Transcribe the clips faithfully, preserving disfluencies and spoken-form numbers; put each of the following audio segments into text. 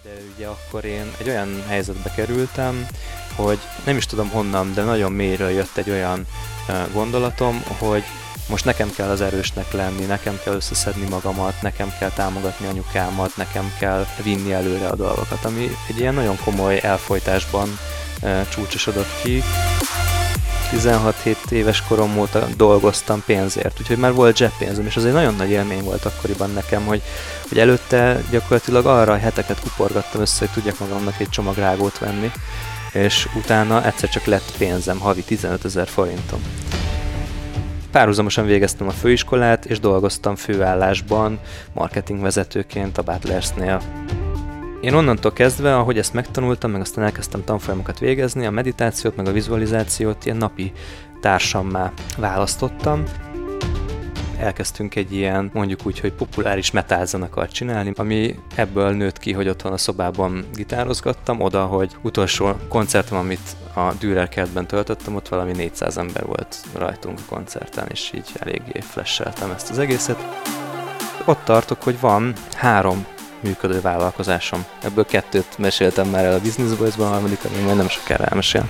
De ugye akkor én egy olyan helyzetbe kerültem, hogy nem is tudom honnan, de nagyon mélyről jött egy olyan gondolatom, hogy most nekem kell az erősnek lenni, nekem kell összeszedni magamat, nekem kell támogatni anyukámat, nekem kell vinni előre a dolgokat, ami egy ilyen nagyon komoly elfojtásban e, csúcsosodott ki. tizenhat éves korom óta dolgoztam pénzért, úgyhogy már volt zseppénzem, és az egy nagyon nagy élmény volt akkoriban nekem, hogy, hogy előtte gyakorlatilag arra heteket kuporgattam össze, hogy tudjak magamnak egy csomag rágót venni, és utána egyszer csak lett pénzem, havi tizenötezer forintom. Párhuzamosan végeztem a főiskolát, és dolgoztam főállásban, marketingvezetőként a Butlersnél. Én onnantól kezdve, ahogy ezt megtanultam, meg aztán elkezdtem tanfolyamokat végezni, a meditációt, meg a vizualizációt ilyen napi társammá választottam. Elkezdtünk egy ilyen, mondjuk úgy, hogy populáris metal zenekart csinálni, ami ebből nőtt ki, hogy otthon a szobában gitározgattam, oda, hogy utolsó koncertem, amit a Dürer kertben töltöttem, ott valami négyszáz ember volt rajtunk a koncerten, és így eléggé flasheltem ezt az egészet. Ott tartok, hogy van három működő vállalkozásom. Ebből kettőt meséltem már el a Business Boys-ban, a harmadikat még majd nem sokára elmesélem.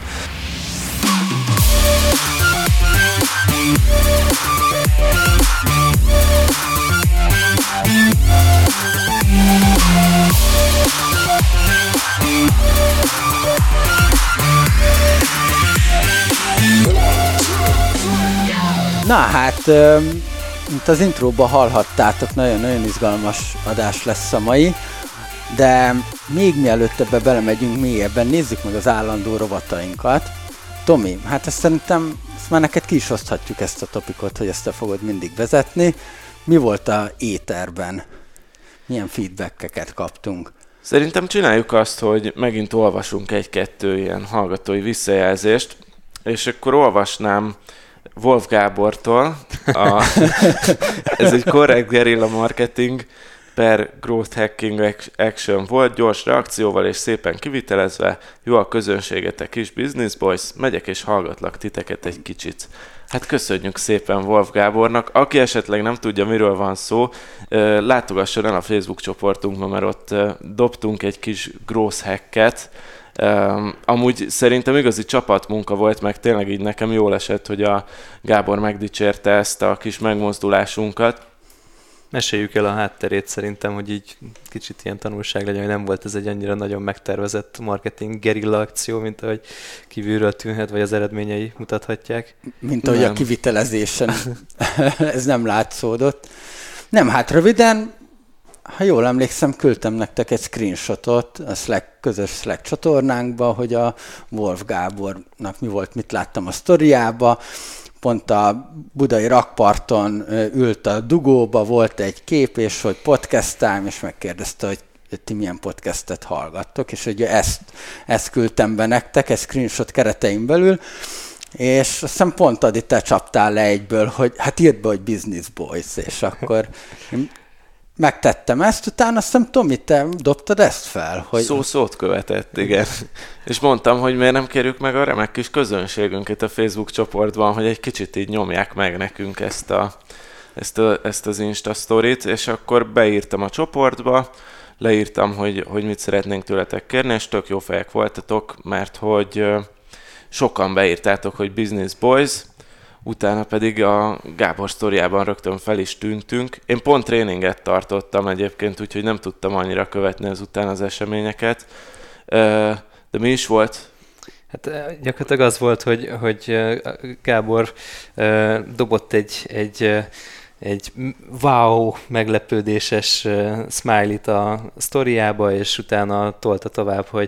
Na hát, mint az intróban hallhattátok, nagyon-nagyon izgalmas adás lesz a mai, de még mielőtt ebbe belemegyünk mélyebben, nézzük meg az állandó rovatainkat. Tomi, hát ezt szerintem ezt már neked ki is oszthatjuk ezt a topikot, hogy ezt te fogod mindig vezetni. Mi volt a éterben? Milyen feedbackeket kaptunk? Szerintem csináljuk azt, hogy megint olvasunk egy-kettő ilyen hallgatói visszajelzést, és akkor olvasnám Wolf Gábortól. A, ez egy korrekt guerilla marketing per growth hacking action volt, gyors reakcióval és szépen kivitelezve. Jó a közönségetek is, Business Boys, megyek és hallgatlak titeket egy kicsit. Hát köszönjük szépen Wolf Gábornak. Aki esetleg nem tudja, miről van szó, látogasson el a Facebook csoportunkba, mert ott dobtunk egy kis growth hacket. Um, amúgy szerintem igazi csapatmunka volt, meg tényleg így nekem jól esett, hogy a Gábor megdicsérte ezt a kis megmozdulásunkat. Meséljük el a hátterét szerintem, hogy így kicsit ilyen tanulság legyen, hogy nem volt ez egy annyira nagyon megtervezett marketing gerilla akció, mint ahogy kívülről tűnhet, vagy az eredményei mutathatják. Mint ahogy nem. A kivitelezésen ez nem látszódott. Nem, hát röviden, ha jól emlékszem, küldtem nektek egy screenshotot a Slack, közös Slack csatornánkba, hogy a Wolf Gábornak mi volt, mit láttam a sztoriába. Pont a budai rakparton ült a dugóba, volt egy kép, és hogy podcast time, és megkérdezte, hogy ti milyen podcastet hallgattok, és ugye ezt, ezt küldtem be nektek, egy screenshot keretein belül, és azt hiszem pont Adi, te csaptál le egyből, hogy hát írd be, hogy Business Boys, és akkor megtettem ezt, utána azt hiszem, Tomi, te dobtad ezt fel? Hogy... Szó szót követett, igen. És mondtam, hogy miért nem kérjük meg a remek kis közönségünket a Facebook csoportban, hogy egy kicsit így nyomják meg nekünk ezt, a, ezt, a, ezt az Insta sztorit, és akkor beírtam a csoportba, leírtam, hogy, hogy mit szeretnénk tőletek kérni, és tök jó fejek voltatok, mert hogy sokan beírtátok, hogy Business Boys, utána pedig a Gábor sztoriában rögtön fel is tűntünk. Én pont tréninget tartottam egyébként, úgyhogy nem tudtam annyira követni ezután az eseményeket. De mi is volt? Hát gyakorlatilag az volt, hogy, hogy Gábor dobott egy, egy, egy wow meglepődéses smiley-t a sztoriába, és utána tolta tovább, hogy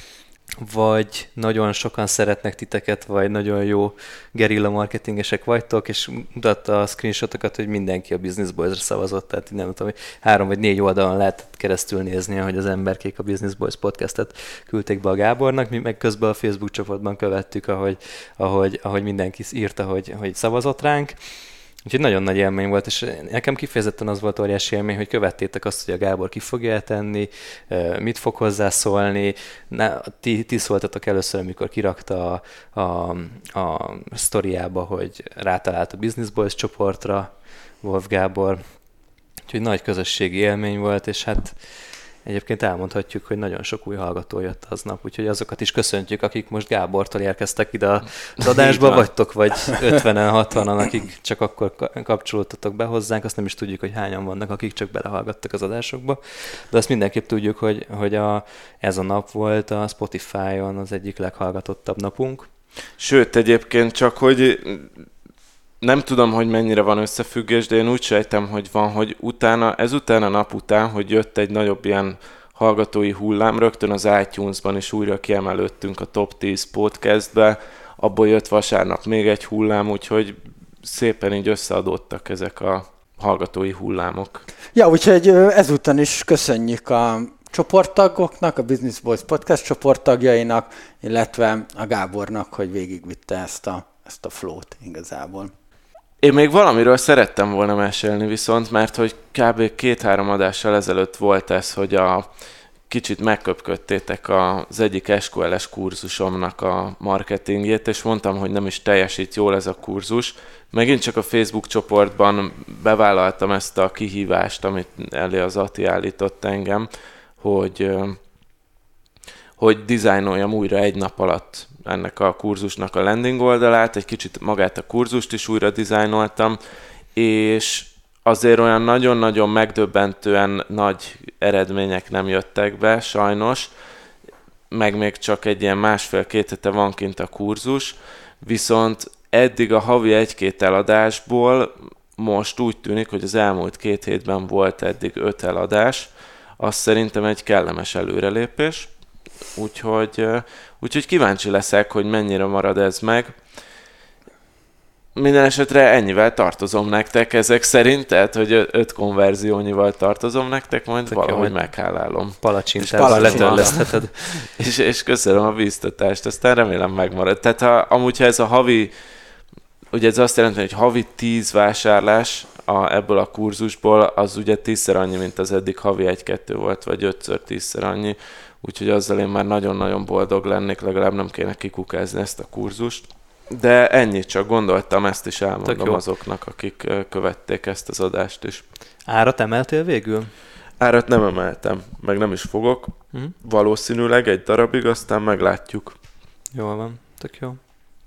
vagy nagyon sokan szeretnek titeket, vagy nagyon jó gerilla marketingesek vagytok, és mutatta a screenshotokat, hogy mindenki a Business Boys-ra szavazott, tehát nem tudom, hogy három vagy négy oldalon lehetett keresztül nézni, hogy az emberkék a Business Boys podcastet küldték be a Gábornak, mi meg közben a Facebook csoportban követtük, ahogy, ahogy, ahogy mindenki írta, hogy, hogy szavazott ránk. Úgyhogy nagyon nagy élmény volt, és nekem kifejezetten az volt óriási élmény, hogy követtétek azt, hogy a Gábor ki fogja eltenni, mit fog hozzászólni. Ti, ti szóltatok először, amikor kirakta a, a, a sztoriába, hogy rátalált a Business Boys csoportra Wolf Gábor. Úgyhogy nagy közösségi élmény volt, és hát egyébként elmondhatjuk, hogy nagyon sok új hallgató jött aznap, úgyhogy azokat is köszöntjük, akik most Gábortól érkeztek ide az adásba, vagytok, vagy ötvenen, hatvanan, akik csak akkor kapcsolódtatok be hozzánk, azt nem is tudjuk, hogy hányan vannak, akik csak belehallgattak az adásokba, de azt mindenképp tudjuk, hogy, hogy a, ez a nap volt a Spotify-on az egyik leghallgatottabb napunk. Sőt, egyébként csak, hogy nem tudom, hogy mennyire van összefüggés, de én úgy sejtem, hogy van, hogy utána, ezután a nap után, hogy jött egy nagyobb ilyen hallgatói hullám, rögtön az iTunes-ban is újra kiemelődtünk a top tíz podcastbe, abból jött vasárnap még egy hullám, úgyhogy szépen így összeadódtak ezek a hallgatói hullámok. Ja, úgyhogy ezúttal is köszönjük a csoporttagoknak, a Business Boys Podcast csoporttagjainak, illetve a Gábornak, hogy végigvitte ezt a, ezt a flow-t igazából. Én még valamiről szerettem volna mesélni viszont, mert hogy kb. két-három adással ezelőtt volt ez, hogy a kicsit megköpködtétek az egyik es kú el-es kurzusomnak a marketingjét, és mondtam, hogy nem is teljesít jól ez a kurzus. Megint csak a Facebook csoportban bevállaltam ezt a kihívást, amit elé az Ati állított engem, hogy, hogy dizájnoljam újra egy nap alatt ennek a kurzusnak a landing oldalát, egy kicsit magát a kurzust is újra dizájnoltam, és azért olyan nagyon-nagyon megdöbbentően nagy eredmények nem jöttek be, sajnos, meg még csak egy ilyen másfél-két hete van kint a kurzus, viszont eddig a havi egy-két eladásból most úgy tűnik, hogy az elmúlt két hétben volt eddig öt eladás, az szerintem egy kellemes előrelépés, úgyhogy, úgyhogy kíváncsi leszek, hogy mennyire marad ez meg. Minden esetre ennyivel tartozom nektek ezek szerint, tehát hogy öt konverziónyival tartozom nektek, majd Tök valahogy meghálálom. Palacsintával letörlesztheted. és, és köszönöm a bíztatást, aztán remélem megmarad. Tehát ha, amúgy ha ez a havi, ugye ez azt jelenti, hogy havi tíz vásárlás a, ebből a kurzusból, az ugye tízszer annyi, mint az eddig havi egy-kettő volt, vagy ötször tízszer annyi, úgyhogy azzal én már nagyon-nagyon boldog lennék, legalább nem kéne kikukázni ezt a kurzust. De ennyit csak gondoltam, ezt is elmondom azoknak, akik követték ezt az adást is. Árat emeltél végül? Árat nem emeltem, meg nem is fogok. Hmm. Valószínűleg egy darabig, aztán meglátjuk. Jól van, tök jó.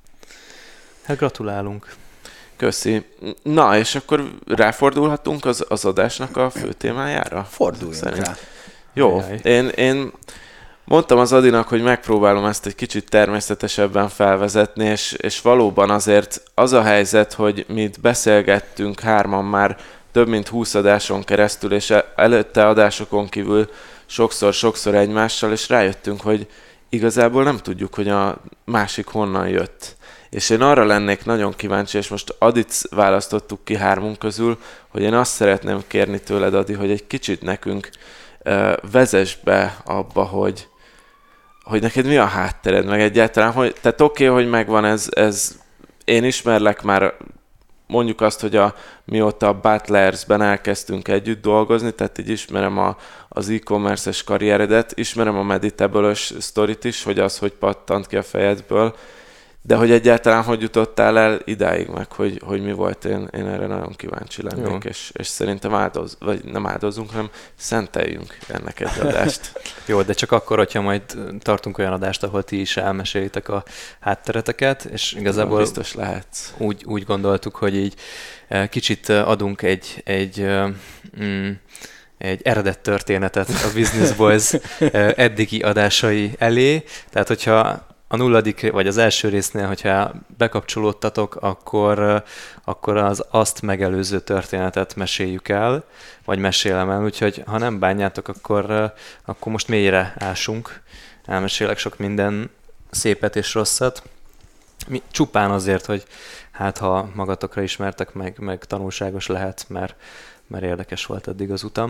Hát gratulálunk. Köszi. Na, és akkor ráfordulhatunk az, az adásnak a fő témájára? Forduljunk rá. Jó, én, én mondtam az Adinak, hogy megpróbálom ezt egy kicsit természetesebben felvezetni, és, és valóban azért az a helyzet, hogy mi itt beszélgettünk hárman már több mint húsz adáson keresztül, és előtte adásokon kívül sokszor-sokszor egymással, és rájöttünk, hogy igazából nem tudjuk, hogy a másik honnan jött. És én arra lennék nagyon kíváncsi, és most Adit választottuk ki hármunk közül, hogy én azt szeretném kérni tőled, Adi, hogy egy kicsit nekünk uh, vezess be abba, hogy, hogy neked mi a háttered, meg egyáltalán, hogy, tehát oké, okay, hogy megvan ez, ez, én ismerlek már, mondjuk azt, hogy a, mióta a Butlersben elkezdtünk együtt dolgozni, tehát így ismerem a, az e-commerce-es karrieredet, ismerem a Meditable-ös sztorit is, hogy az, hogy pattant ki a fejedből, de hogy egyáltalán hogy jutottál el idáig meg, hogy, hogy mi volt, én, én erre nagyon kíváncsi lennék, és, és szerintem áldoz, vagy nem áldozunk, hanem szenteljünk ennek egy adást. Jó, de csak akkor, hogyha majd tartunk olyan adást, ahol ti is elmesélitek a háttereteket, és igazából biztos lehetsz. Úgy, úgy gondoltuk, hogy így kicsit adunk egy, egy, mm, egy eredet történetet a Business Boys eddigi adásai elé, tehát hogyha a nulladik, vagy az első résznél, hogyha bekapcsolódtatok, akkor, akkor az azt megelőző történetet meséljük el, vagy mesélem el, úgyhogy ha nem bánjátok, akkor, akkor most mélyre ásunk. Elmesélek sok minden szépet és rosszat. Mi, csupán azért, hogy hát ha magatokra ismertek, meg, meg tanulságos lehet, mert, mert érdekes volt eddig az utam.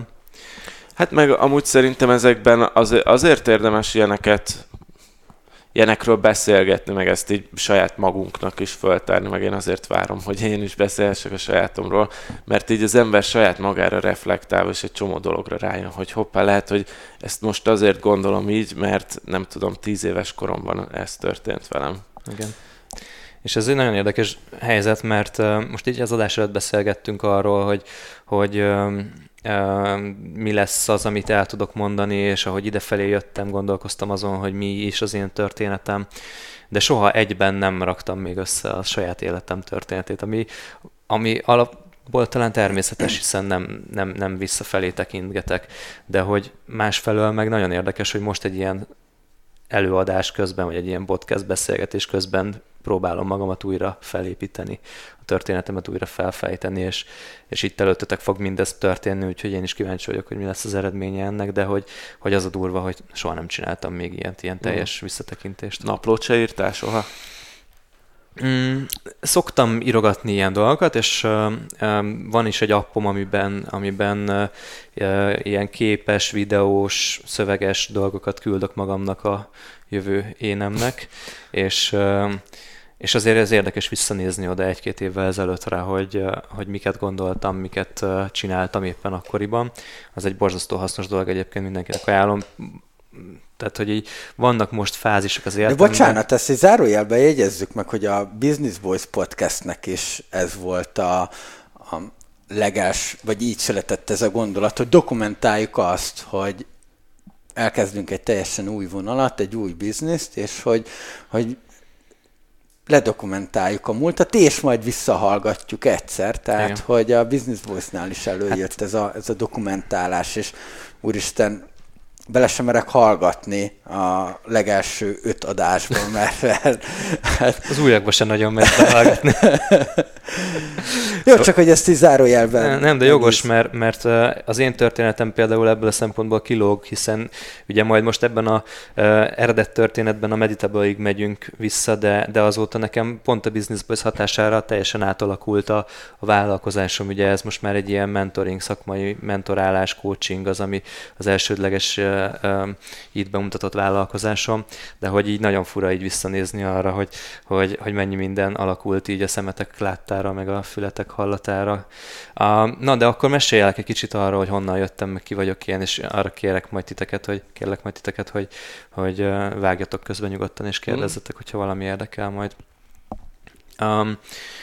Hát meg amúgy szerintem ezekben az, azért érdemes ilyeneket ilyenekről beszélgetni, meg ezt így saját magunknak is föltárni, meg én azért várom, hogy én is beszélhessek a sajátomról, mert így az ember saját magára reflektál, és egy csomó dologra rájön, hogy hoppá, lehet, hogy ezt most azért gondolom így, mert nem tudom, tíz éves koromban ez történt velem. Igen. És ez egy nagyon érdekes helyzet, mert uh, most így az adás előtt beszélgettünk arról, hogy, hogy uh, uh, mi lesz az, amit el tudok mondani, és ahogy idefelé jöttem, gondolkoztam azon, hogy mi is az én történetem, de soha egyben nem raktam még össze a saját életem történetét, ami, ami alapból talán természetes, hiszen nem, nem, nem visszafelé tekintgetek, de hogy másfelől meg nagyon érdekes, hogy most egy ilyen előadás közben, vagy egy ilyen podcast beszélgetés közben próbálom magamat újra felépíteni, a történetemet újra felfejteni, és, és itt előttetek fog mindez történni, úgyhogy én is kíváncsi vagyok, hogy mi lesz az eredménye ennek, de hogy, hogy az a durva, hogy soha nem csináltam még ilyen, ilyen teljes visszatekintést. Naplót se írtál soha? Mm, szoktam írogatni ilyen dolgokat, és uh, um, van is egy appom, amiben, amiben uh, uh, ilyen képes, videós, szöveges dolgokat küldök magamnak a jövő énemnek, és, uh, és azért ez érdekes visszanézni oda egy-két évvel ezelőtt rá, hogy, uh, hogy miket gondoltam, miket uh, csináltam éppen akkoriban. Az egy borzasztó hasznos dolog, egyébként mindenkinek ajánlom. Tehát, hogy így vannak most fázisok az életemben. De bocsánat, ezt egy zárójelben jegyezzük meg, hogy a Business Boys podcastnek is ez volt a, a legels, vagy így született ez a gondolat, hogy dokumentáljuk azt, hogy elkezdünk egy teljesen új vonalat, egy új bizniszt, és hogy, hogy ledokumentáljuk a múltat, és majd visszahallgatjuk egyszer. Tehát, igen, hogy a Business Boys-nál is előjött hát, ez, a, ez a dokumentálás, és úristen, bele sem merek hallgatni a legelső öt adásban, mert... mert hát... Az újakban sem nagyon megy hallgatni. Jó, csak hogy ezt így zárójelben... Nem, de jogos, mert, mert az én történetem például ebből a szempontból kilóg, hiszen ugye majd most ebben a uh, eredet történetben a Meditable-ig megyünk vissza, de, de azóta nekem pont a Business Boys hatására teljesen átalakult a, a vállalkozásom. Ugye ez most már egy ilyen mentoring, szakmai mentorálás, coaching az, ami az elsődleges uh, uh, itt bemutatott vállalkozásom, de hogy így nagyon fura így visszanézni arra, hogy, hogy, hogy mennyi minden alakult így a szemetek láttára, meg a fületek hallatára. Uh, na, de akkor meséljelek egy kicsit arról, hogy honnan jöttem, meg ki vagyok ilyen, és arra kérek majd titeket, hogy kérlek majd titeket, hogy, hogy uh, vágjatok közben nyugodtan, és kérdezzetek, mm. hogyha valami érdekel majd. Um,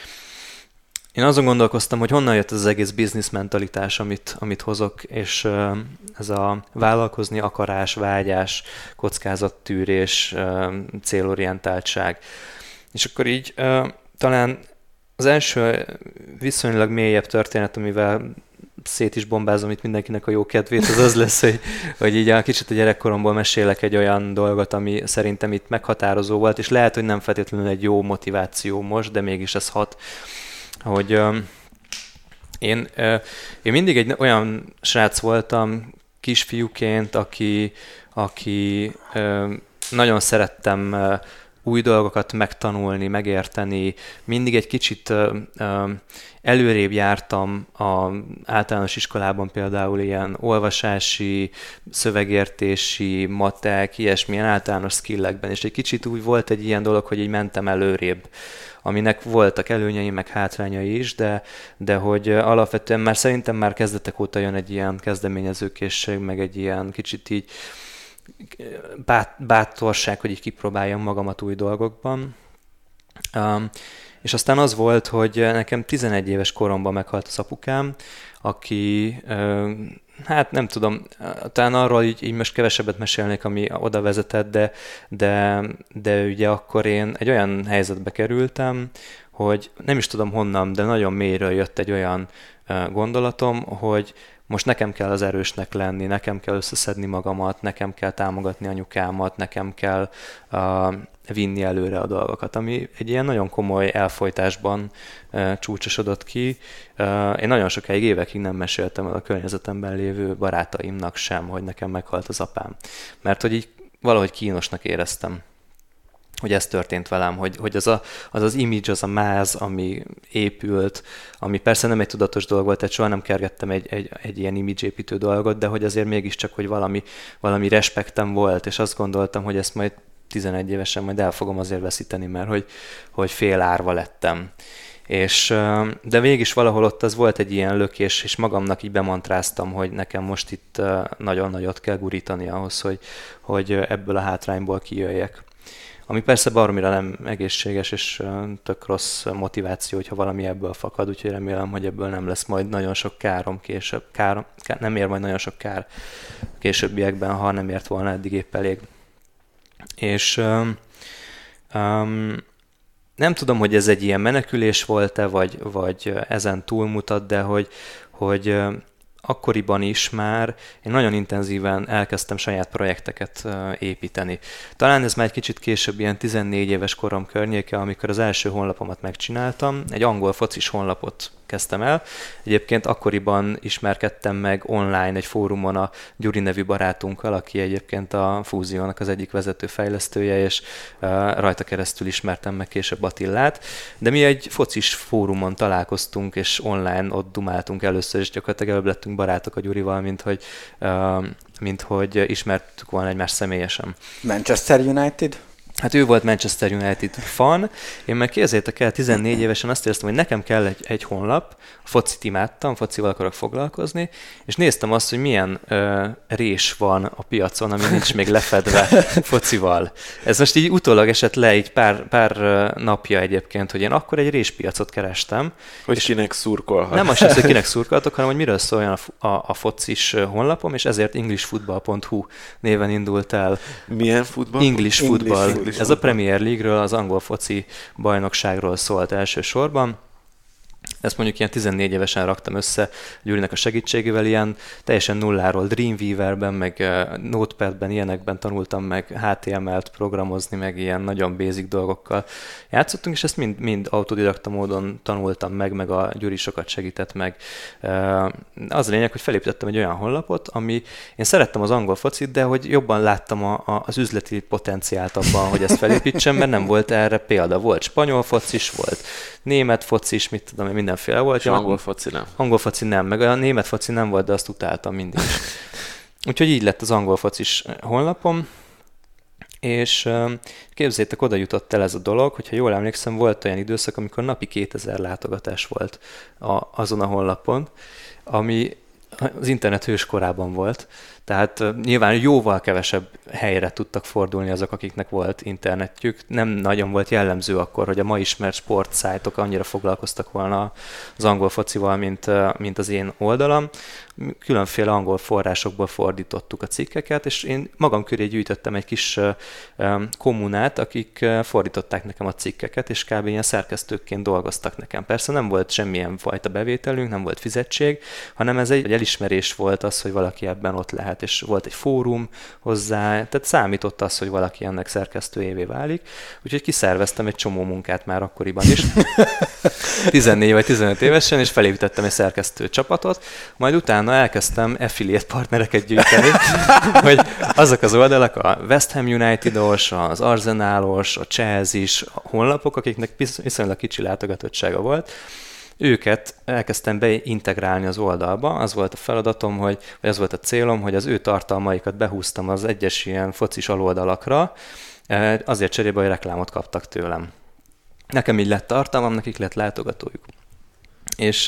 Én azon gondolkoztam, hogy honnan jött ez az egész business mentalitás, amit, amit hozok, és uh, ez a vállalkozni akarás, vágyás, kockázattűrés, uh, célorientáltság. És akkor így uh, talán az első viszonylag mélyebb történet, amivel szét is bombázom itt mindenkinek a jó kedvét, az az lesz, hogy, hogy így a kicsit a gyerekkoromból mesélek egy olyan dolgot, ami szerintem itt meghatározó volt, és lehet, hogy nem feltétlenül egy jó motiváció most, de mégis ez hat, hogy uh, én, uh, én mindig egy olyan srác voltam kisfiúként, aki, aki uh, nagyon szerettem uh, új dolgokat megtanulni, megérteni. Mindig egy kicsit uh, uh, előrébb jártam az általános iskolában például ilyen olvasási, szövegértési, matek, ilyesmilyen általános skillekben, és egy kicsit úgy volt egy ilyen dolog, hogy így mentem előrébb, aminek voltak előnyei, meg hátrányai is, de, de hogy alapvetően már szerintem már kezdetek óta jön egy ilyen kezdeményezőkészség, meg egy ilyen kicsit így bát, bátorság, hogy így kipróbáljam magamat új dolgokban. Um, és aztán az volt, hogy nekem tizenegy éves koromban meghalt az apukám, aki, um, hát nem tudom, talán arról így, így most kevesebbet mesélnék, ami oda vezetett, de, de, de ugye akkor én egy olyan helyzetbe kerültem, hogy nem is tudom honnan, de nagyon mélyről jött egy olyan uh, gondolatom, hogy most nekem kell az erősnek lenni, nekem kell összeszedni magamat, nekem kell támogatni anyukámat, nekem kell uh, vinni előre a dolgokat, ami egy ilyen nagyon komoly elfojtásban uh, csúcsosodott ki. Uh, én nagyon sokáig, évekig nem meséltem el a környezetemben lévő barátaimnak sem, hogy nekem meghalt az apám. Mert hogy így valahogy kínosnak éreztem, hogy ez történt velem, hogy, hogy az, a, az az image, az a máz, ami épült, ami persze nem egy tudatos dolog volt, tehát soha nem kergettem egy, egy, egy ilyen image építő dolgot, de hogy azért mégiscsak, hogy valami, valami respektem volt, és azt gondoltam, hogy ezt majd tizenegy évesen majd el fogom azért veszíteni, mert hogy, hogy fél árva lettem. És, de mégis valahol ott az volt egy ilyen lökés, és magamnak így bemantráztam, hogy nekem most itt nagyon nagyot kell gurítani ahhoz, hogy, hogy ebből a hátrányból kijöjjek. ami persze baromira nem egészséges, és tök rossz motiváció, hogyha valami ebből fakad, úgyhogy remélem, hogy ebből nem lesz majd nagyon sok károm később, kár, nem ér majd nagyon sok kár későbbiekben, ha nem ért volna eddig épp elég. És um, um, nem tudom, hogy ez egy ilyen menekülés volt-e, vagy, vagy ezen túlmutat, de hogy, hogy akkoriban is már én nagyon intenzíven elkezdtem saját projekteket építeni. Talán ez már egy kicsit később, ilyen tizennégy éves korom környéke, amikor az első honlapomat megcsináltam. Egy angol focis honlapot kezdtem el. Egyébként akkoriban ismerkedtem meg online egy fórumon a Gyuri nevű barátunkkal, aki egyébként a Fúziónak az egyik vezető fejlesztője, és uh, rajta keresztül ismertem meg később Attilát. De mi egy focis fórumon találkoztunk, és online ott dumáltunk először, és gyakorlatilag előbb lettünk barátok a Gyurival, mint hogy, uh, mint hogy ismertük volna egymást személyesen. Manchester United? Hát ő volt Manchester United fan, én meg képzeljétek el, tizennégy évesen azt éreztem, hogy nekem kell egy, egy honlap, a focit imádtam, focival akarok foglalkozni, és néztem azt, hogy milyen ö, rés van a piacon, ami nincs még lefedve focival. Ez most így utólag esett le, így pár, pár napja egyébként, hogy én akkor egy réspiacot kerestem. Hogy és kinek szurkolhat. Nem az, hogy kinek szurkolhatok, hanem hogy miről szóljon a, a, a focis honlapom, és ezért english football pont hu néven indult el. Milyen futball? English Football. English Ez a Premier League-ről, az angol foci bajnokságról szólt elsősorban. Ezt mondjuk ilyen tizennégy évesen raktam össze Gyurinek a segítségével, ilyen teljesen nulláról Dreamweaver-ben, meg Notepad-ben, ilyenekben tanultam meg há té em el-t programozni, meg ilyen nagyon basic dolgokkal játszottunk, és ezt mind, mind autodidakta módon tanultam meg, meg a Gyuri sokat segített meg. Az a lényeg, hogy felépítettem egy olyan honlapot, ami, én szerettem az angol focit, de hogy jobban láttam a, a, az üzleti potenciált abban, hogy ezt felépítsem, mert nem volt erre példa. Volt spanyol focis, volt német focis, mit tudom, mindenféle volt. És angol foci nem. Angol foci nem, meg a német foci nem volt, de azt utáltam mindig is. Úgyhogy így lett az angol focis honlapom, és képzeljétek, oda jutott el ez a dolog, hogyha jól emlékszem, volt olyan időszak, amikor napi kétezer látogatás volt a, azon a honlapon, ami az internet hőskorában volt. Tehát uh, nyilván jóval kevesebb helyre tudtak fordulni azok, akiknek volt internetjük. Nem nagyon volt jellemző akkor, hogy a ma ismert sportszájtok annyira foglalkoztak volna az angol focival, mint, uh, mint az én oldalam. Különféle angol forrásokból fordítottuk a cikkeket, és én magam köré gyűjtöttem egy kis uh, um, kommunát, akik uh, fordították nekem a cikkeket, és kb. Ilyen szerkesztőkként dolgoztak nekem. Persze nem volt semmilyen fajta bevételünk, nem volt fizetség, hanem ez egy, egy elismerés volt az, hogy valaki ebben ott lehet, és volt egy fórum hozzá, tehát számított az, hogy valaki ennek szerkesztőjévé válik, úgyhogy kiszerveztem egy csomó munkát már akkoriban is, tizennégy vagy tizenöt évesen, és felépítettem egy szerkesztő csapatot, majd utána elkezdtem affiliate partnereket gyűjteni, hogy azok az oldalak, a West Ham United-os, az Arsenalos, a Chelsea-s honlapok, akiknek viszonylag kicsi látogatottsága volt, őket elkezdtem beintegrálni az oldalba. Az volt a feladatom, hogy, vagy az volt a célom, hogy az ő tartalmaikat behúztam az egyes ilyen focis aloldalakra, azért cserébe, hogy reklámot kaptak tőlem. Nekem így lett tartalmam, nekik lett látogatójuk. És,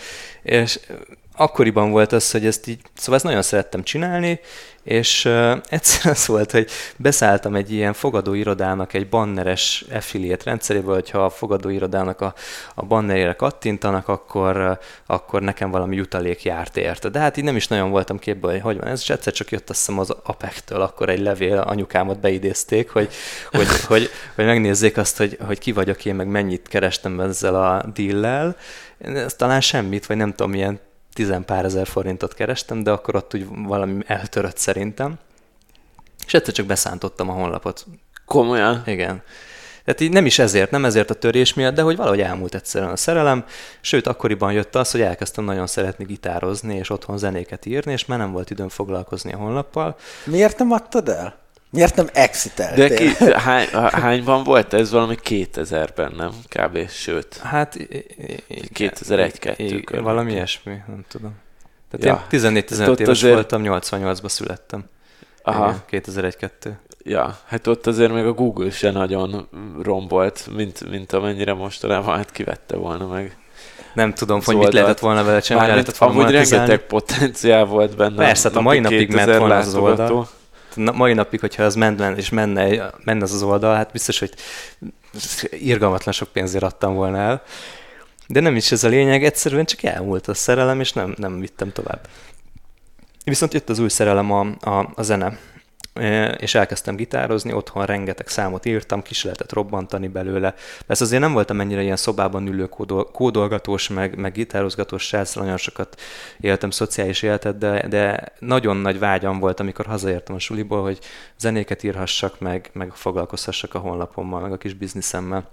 és akkoriban volt az, hogy ezt így, szóval ezt nagyon szerettem csinálni, és uh, egyszer az volt, hogy beszálltam egy ilyen fogadóirodának egy banneres affiliate rendszeréből, hogyha a fogadóirodának a, a bannerére kattintanak, akkor, uh, akkor nekem valami jutalék járt érte. De hát így nem is nagyon voltam képből, hogy hogy van ez, és egyszer csak jött azt hiszem az apek-től akkor egy levél, anyukámat beidézték, hogy, hogy, hogy, hogy megnézzék azt, hogy, hogy ki vagyok én, meg mennyit kerestem ezzel a deal-lel. Ez talán semmit, vagy nem tudom, milyen tizenpár ezer forintot kerestem, de akkor ott úgy valami eltörött szerintem. És egyszer csak beszántottam a honlapot. Komolyan? Igen. Tehát így nem is ezért, nem ezért a törés miatt, de hogy valahogy elmúlt egyszerűen a szerelem. Sőt, akkoriban jött az, hogy elkezdtem nagyon szeretni gitározni, és otthon zenéket írni, és már nem volt időm foglalkozni a honlappal. Miért nem adtad el? Miért nem exiteltél? De ki, hány, hányban volt ez? Valami kétezerben, nem? Kb. Sőt. Hát... kétezer-egy-kettő körül. Valami ilyesmi, nem tudom. Tehát ja. én tizennégy-tizenöt éves azért... voltam, nyolcvannyolcban születtem. Aha. kétezer-egy-kettő. Ja, hát ott azért még a Google se nagyon rombolt, mint, mint amennyire mostanában hát kivette volna meg. Nem tudom, hogy mit lehetett volna vele csinálni. Amúgy rengeteg potenciál volt benne. Persze, a mai napig ment volna az oldal. mai napig, hogyha az menne, és menne, menne az az oldal, hát biztos, hogy irgalmatlan sok pénzért adtam volna el. De nem is ez a lényeg, egyszerűen csak elmúlt a szerelem, és nem, nem vittem tovább. Viszont jött az új szerelem a, a, a zene, és elkezdtem gitározni, otthon rengeteg számot írtam, ki se lehetett robbantani belőle. Persze azért nem voltam ennyire ilyen szobában ülő kódol, kódolgatós, meg, meg gitározgatós sráccal, nagyon sokat éltem szociális életet, de, de nagyon nagy vágyam volt, amikor hazaértem a suliból, hogy zenéket írhassak, meg, meg foglalkozhassak a honlapommal, meg a kis bizniszemmel.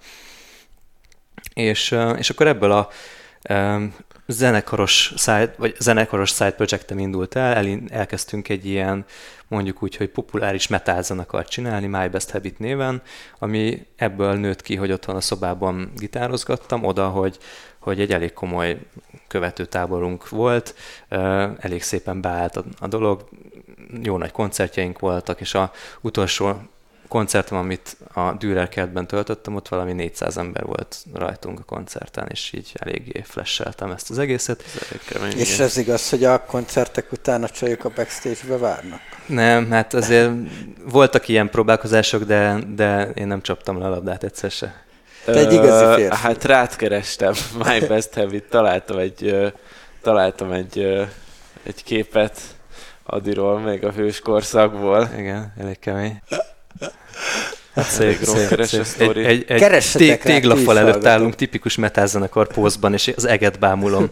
És, és akkor ebből a zenekaros side, vagy zenekaros side projectem indult el, el, elkezdtünk egy ilyen, mondjuk úgy, hogy populáris metal zenekart csinálni, My Best Habit néven, ami ebből nőtt ki, hogy otthon a szobában gitározgattam, oda, hogy, hogy egy elég komoly követőtáborunk volt, elég szépen beállt a, a dolog, jó nagy koncertjeink voltak, és az utolsó koncertem, amit a Dürer kertben töltöttem, ott valami négyszáz ember volt rajtunk a koncerten, és így eléggé flasheltem ezt az egészet. Ez és ez igaz, hogy a koncertek után a csajok a backstage-be várnak? Nem, hát azért voltak ilyen próbálkozások, de, de én nem csaptam le a labdát egyszer se. Te egy igazi férfi. Hát rád kerestem, My Best Habit, találtam egy, találtam egy, egy képet Adiról, még a hős korszakból. Igen, elég kemény. Hát szép, szép, szép, szép. Egy, egy, egy té- téglafal előtt állunk, tipikus metal-zenekar pózban, és az eget bámulom.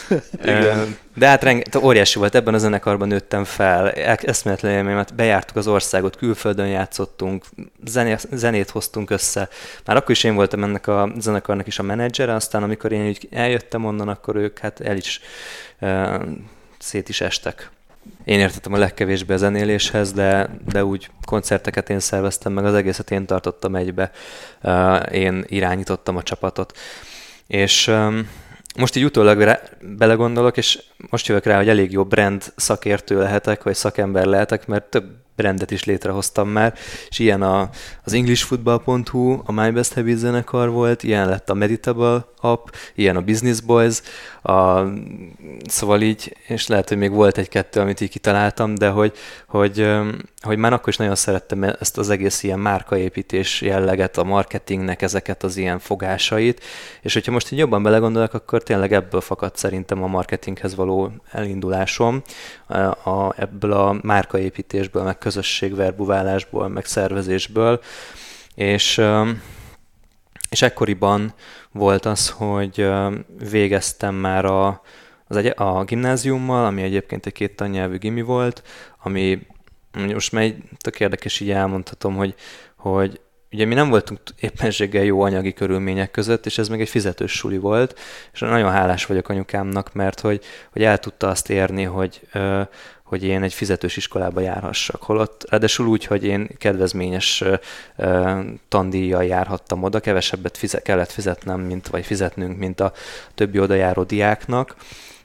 De hát renge- óriási volt, ebben a zenekarban nőttem fel, eszméletlen élményemet, bejártuk az országot, külföldön játszottunk, zené- zenét hoztunk össze. Már akkor is én voltam ennek a zenekarnak is a menedzsere, aztán amikor én így eljöttem onnan, akkor ők hát el is uh, szét is estek. Én értettem a legkevésbé a zenéléshez, de, de úgy koncerteket én szerveztem, meg az egészet én tartottam egybe, én irányítottam a csapatot. És most így utólag rá, belegondolok, és most jövök rá, hogy elég jó brand szakértő lehetek, vagy szakember lehetek, mert több brandet is létrehoztam már, és ilyen a, az english football pont hu, a My Best Habit zenekar volt, ilyen lett a Meditable app, ilyen a Business Boys, a, szóval így, és lehet, hogy még volt egy-kettő, amit így kitaláltam, de hogy, hogy, hogy már akkor is nagyon szerettem ezt az egész ilyen márkaépítés jelleget, a marketingnek ezeket az ilyen fogásait, és hogyha most így jobban belegondolok, akkor tényleg ebből fakadt szerintem a marketinghez való elindulásom, a, a, ebből a márkaépítésből, meg közösségverbuválásból, meg szervezésből, és, és ekkoriban volt az, hogy végeztem már a, az egy, a gimnáziummal, ami egyébként egy két tannyelvű gimi volt, ami most már tök érdekes, így elmondhatom, hogy, hogy ugye mi nem voltunk éppenséggel jó anyagi körülmények között, és ez meg egy fizetős suli volt, és nagyon hálás vagyok anyukámnak, mert hogy, hogy el tudta azt érni, hogy hogy én egy fizetős iskolába járhassak. Holott, ráadásul úgy, hogy én kedvezményes uh, tandíjjal járhattam oda, kevesebbet fize- kellett fizetnem, mint, vagy fizetnünk, mint a többi odajáró diáknak.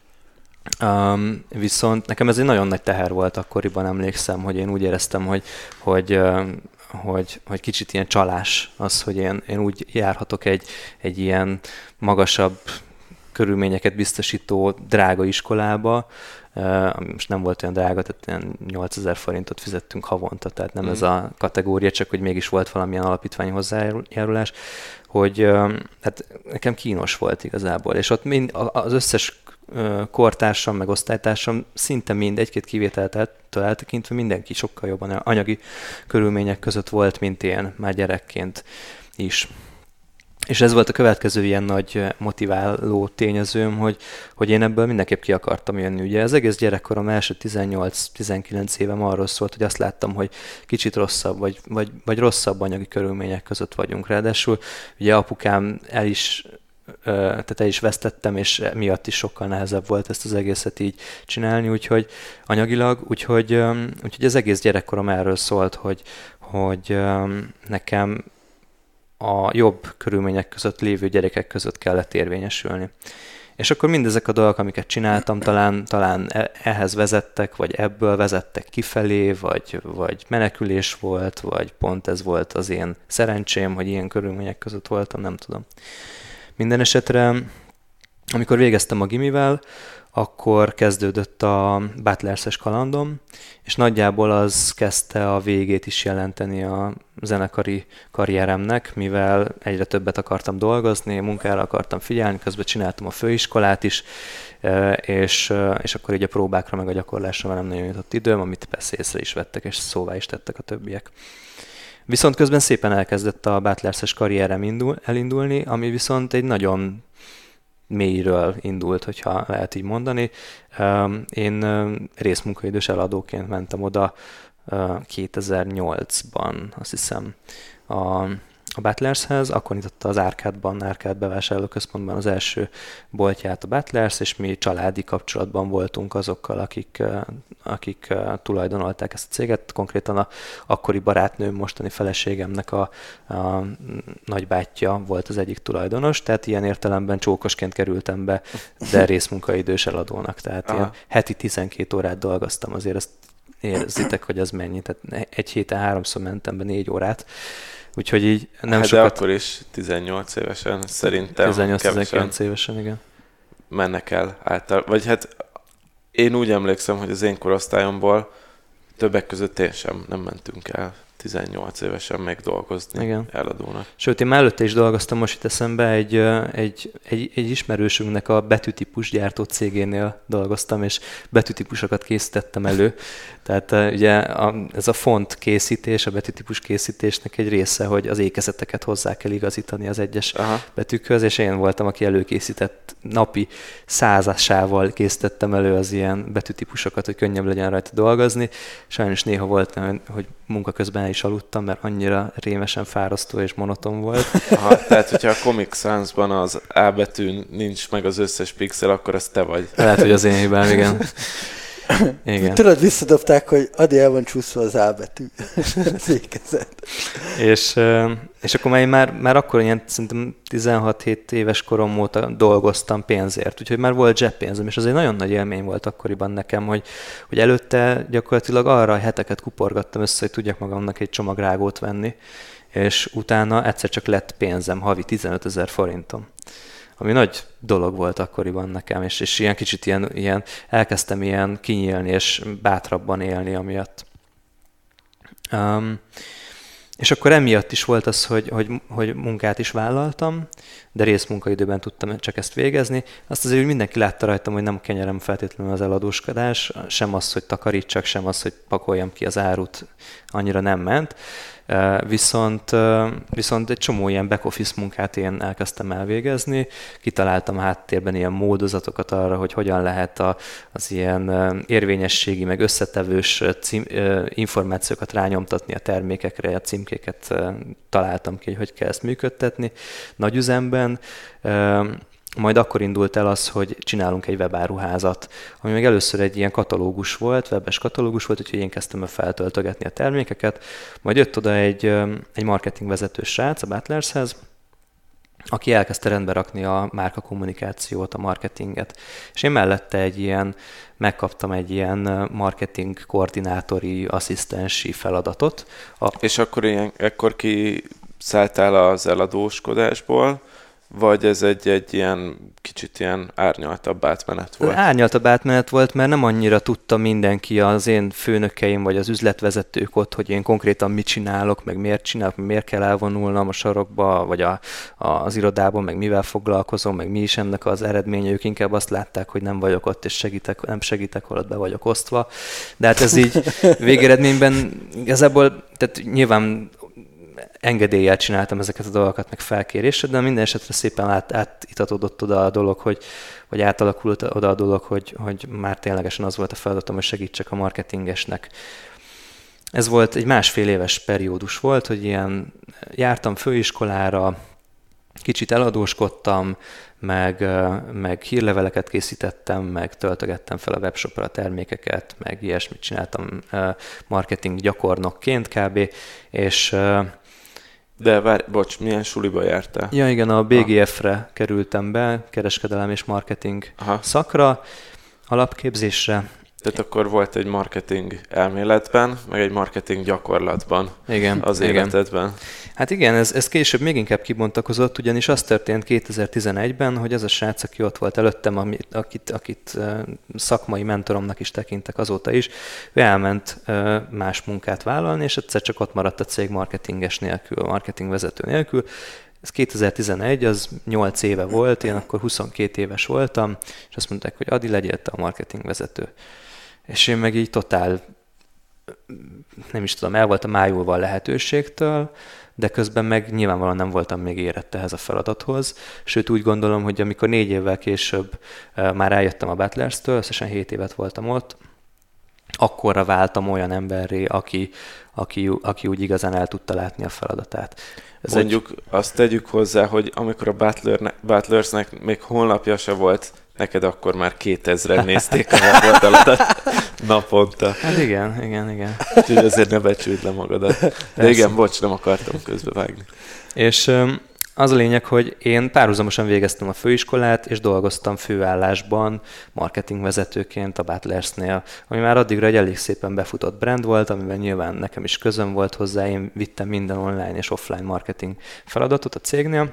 Um, viszont nekem ez egy nagyon nagy teher volt akkoriban, emlékszem, hogy én úgy éreztem, hogy, hogy, uh, hogy, hogy kicsit ilyen csalás az, hogy én, én úgy járhatok egy, egy ilyen magasabb körülményeket biztosító drága iskolába, ami most nem volt olyan drága, tehát ilyen nyolcezer forintot fizettünk havonta, tehát nem mm. ez a kategória, csak hogy mégis volt valamilyen alapítványi hozzájárulás, hogy hát nekem kínos volt igazából, és ott mind, az összes kortársam, meg osztálytársam szinte mind egy-két kivételtől eltekintve mindenki sokkal jobban anyagi körülmények között volt, mint én már gyerekként is. És ez volt a következő ilyen nagy motiváló tényezőm, hogy, hogy én ebből mindenképp ki akartam jönni. Ugye az egész gyerekkorom első tizennyolc-tizenkilenc évem arról szólt, hogy azt láttam, hogy kicsit rosszabb, vagy, vagy, vagy rosszabb anyagi körülmények között vagyunk. Ráadásul ugye apukám el is, tehát el is vesztettem, és miatt is sokkal nehezebb volt ezt az egészet így csinálni, úgyhogy anyagilag, úgyhogy, úgyhogy az egész gyerekkorom erről szólt, hogy, hogy nekem a jobb körülmények között lévő gyerekek között kellett érvényesülni. És akkor mindezek a dolgok, amiket csináltam, talán, talán ehhez vezettek, vagy ebből vezettek kifelé, vagy, vagy menekülés volt, vagy pont ez volt az én szerencsém, hogy ilyen körülmények között voltam, nem tudom. Minden esetre amikor végeztem a gimivel, akkor kezdődött a Butlers-es kalandom, és nagyjából az kezdte a végét is jelenteni a zenekari karrieremnek, mivel egyre többet akartam dolgozni, munkára akartam figyelni, közben csináltam a főiskolát is, és, és akkor így a próbákra meg a gyakorlásra már nem nagyon jutott időm, amit persze észre is vettek, és szóvá is tettek a többiek. Viszont közben szépen elkezdett a Butlers-es karrierem indul, elindulni, ami viszont egy nagyon mélyről indult, hogyha lehet így mondani. Én részmunkaidős eladóként mentem oda kétezer-nyolcban, azt hiszem, a, a Butlershez, akkor nyitotta az Árkádban, Árkád bevásárlóközpontban az első boltját a Butlers, és mi családi kapcsolatban voltunk azokkal, akik, akik tulajdonolták ezt a céget. Konkrétan a akkori barátnőm, mostani feleségemnek a, a nagybátyja volt az egyik tulajdonos, tehát ilyen értelemben csókosként kerültem be, de részmunkaidős eladónak. Tehát ilyen heti tizenkét órát dolgoztam, azért ezt érzitek, hogy az mennyi. Tehát egy héten háromszor mentem be négy órát. Úgyhogy így nem hát sokat... de akkor is tizennyolc évesen szerintem tizennyolc-tizenkilenc évesen, igen. Mennek el által. Vagy hát én úgy emlékszem, hogy az én korosztályomból többek között én sem nem mentünk el tizennyolc évesen még dolgozni, igen, eladónak. Sőt, én már előtte is dolgoztam, most itt eszembe, egy, egy, egy, egy ismerősünknek a betűtípus gyártó cégénél dolgoztam, és betűtípusokat készítettem elő. Tehát ugye a, ez a font készítés, a betűtípus készítésnek egy része, hogy az ékezeteket hozzá kell igazítani az egyes Aha. betűkhöz, és én voltam, aki előkészített, napi százasával készítettem elő az ilyen betűtípusokat, hogy könnyebb legyen rajta dolgozni. Sajnos néha volt, hogy munka közben el is aludtam, mert annyira rémesen fárasztó és monoton volt. Aha, tehát, hogyha a Comic Sans-ban az A betűn nincs meg az összes pixel, akkor az te vagy. Lehet, hogy az én hibám, igen. Igen. Tudod, visszadobták, hogy addig el van csúszva az A betű, az ékezet. És, és akkor már, már, már akkor ilyen szerintem tizenhat-hét éves korom óta dolgoztam pénzért, úgyhogy már volt zseppénzem, és az egy nagyon nagy élmény volt akkoriban nekem, hogy, hogy előtte gyakorlatilag arra a heteket kuporgattam össze, hogy tudjak magamnak egy csomag rágót venni, és utána egyszer csak lett pénzem, havi tizenötezer forintom. Ami nagy dolog volt akkoriban nekem, és, és ilyen kicsit ilyen, ilyen, elkezdtem ilyen kinyílni és bátrabban élni amiatt. Um, és akkor emiatt is volt az, hogy, hogy, hogy munkát is vállaltam, de részmunkaidőben tudtam csak ezt végezni. Azt azért úgy mindenki látta rajtam, hogy nem kenyerem feltétlenül az eladóskodás, sem az, hogy takarítsak, sem az, hogy pakoljam ki az árut, annyira nem ment. Viszont, viszont egy csomó ilyen back-office munkát én elkezdtem elvégezni, kitaláltam háttérben ilyen módozatokat arra, hogy hogyan lehet a, az ilyen érvényességi, meg összetevős cím, információkat rányomtatni a termékekre, a címkéket találtam ki, hogy hogy kell ezt működtetni nagyüzemben. Majd akkor indult el az, hogy csinálunk egy webáruházat, ami még először egy ilyen katalógus volt, webes katalógus volt, úgyhogy én kezdtem el feltöltögetni a termékeket. Majd jött oda egy, egy marketingvezető srác a Butlershez, aki elkezdte rendbe rakni a márka kommunikációt, a marketinget. És én mellette egy ilyen, megkaptam egy ilyen marketing koordinátori, asszisztensi feladatot. A... És akkor, ilyen, akkor kiszálltál az eladóskodásból, vagy ez egy, egy ilyen kicsit ilyen árnyaltabb átmenet volt? Árnyaltabb átmenet volt, mert nem annyira tudta mindenki, az én főnökeim, vagy az üzletvezetők ott, hogy én konkrétan mit csinálok, meg miért csinálok, meg miért kell elvonulnom a sarokba, vagy a, a, az irodában, meg mivel foglalkozom, meg mi is ennek az eredménye. Ők inkább azt látták, hogy nem vagyok ott, és segítek, nem segítek, holott be vagyok osztva. De hát ez így végeredményben igazából, tehát nyilván engedéllyel csináltam ezeket a dolgokat, meg felkérésre, de minden esetre szépen át, átitatódott oda a dolog, hogy, vagy átalakult oda a dolog, hogy, hogy már ténylegesen az volt a feladatom, hogy segítsek a marketingesnek. Ez volt egy másfél éves periódus volt, hogy ilyen jártam főiskolára, kicsit eladóskodtam, meg, meg hírleveleket készítettem, meg töltögettem fel a webshopra a termékeket, meg ilyesmit csináltam marketing gyakornokként kb. És de várj, bocs, milyen suliba jártál? Ja igen, a bé gé ef-re ha. kerültem be, kereskedelem és marketing Aha. szakra, alapképzésre. Tehát akkor volt egy marketing elméletben, meg egy marketing gyakorlatban igen, az igen. életedben. Hát igen, ez, ez később még inkább kibontakozott, ugyanis az történt kétezer-tizenegyben, hogy az a srác, aki ott volt előttem, amit, akit, akit szakmai mentoromnak is tekintek azóta is, ő elment más munkát vállalni, és egyszer csak ott maradt a cég marketinges nélkül, marketingvezető nélkül. Ez kétezer-tizenegy, az nyolc éve volt, én akkor huszonkét éves voltam, és azt mondták, hogy Adi, legyél te a marketingvezető. És én meg így totál, nem is tudom, el voltam májulva a lehetőségtől, de közben meg nyilvánvalóan nem voltam még érett ehhez a feladathoz. Sőt, úgy gondolom, hogy amikor négy évvel később már eljöttem a Butlers-től, összesen hét évet voltam ott, akkorra váltam olyan emberré, aki, aki, aki úgy igazán el tudta látni a feladatát. Ez Mondjuk egy... azt tegyük hozzá, hogy amikor a Butler, Butlersnek még honlapja se volt, neked akkor már kétezren nézték a weboldaladat naponta. Hát igen, igen, igen. Úgyhogy azért ne becsüld le magadat. De Persze. igen, bocs, nem akartam közbevágni. És az a lényeg, hogy én párhuzamosan végeztem a főiskolát, és dolgoztam főállásban marketingvezetőként a Butlersnél, ami már addigra egy elég szépen befutott brand volt, amiben nyilván nekem is közöm volt hozzá, én vittem minden online és offline marketing feladatot a cégnél,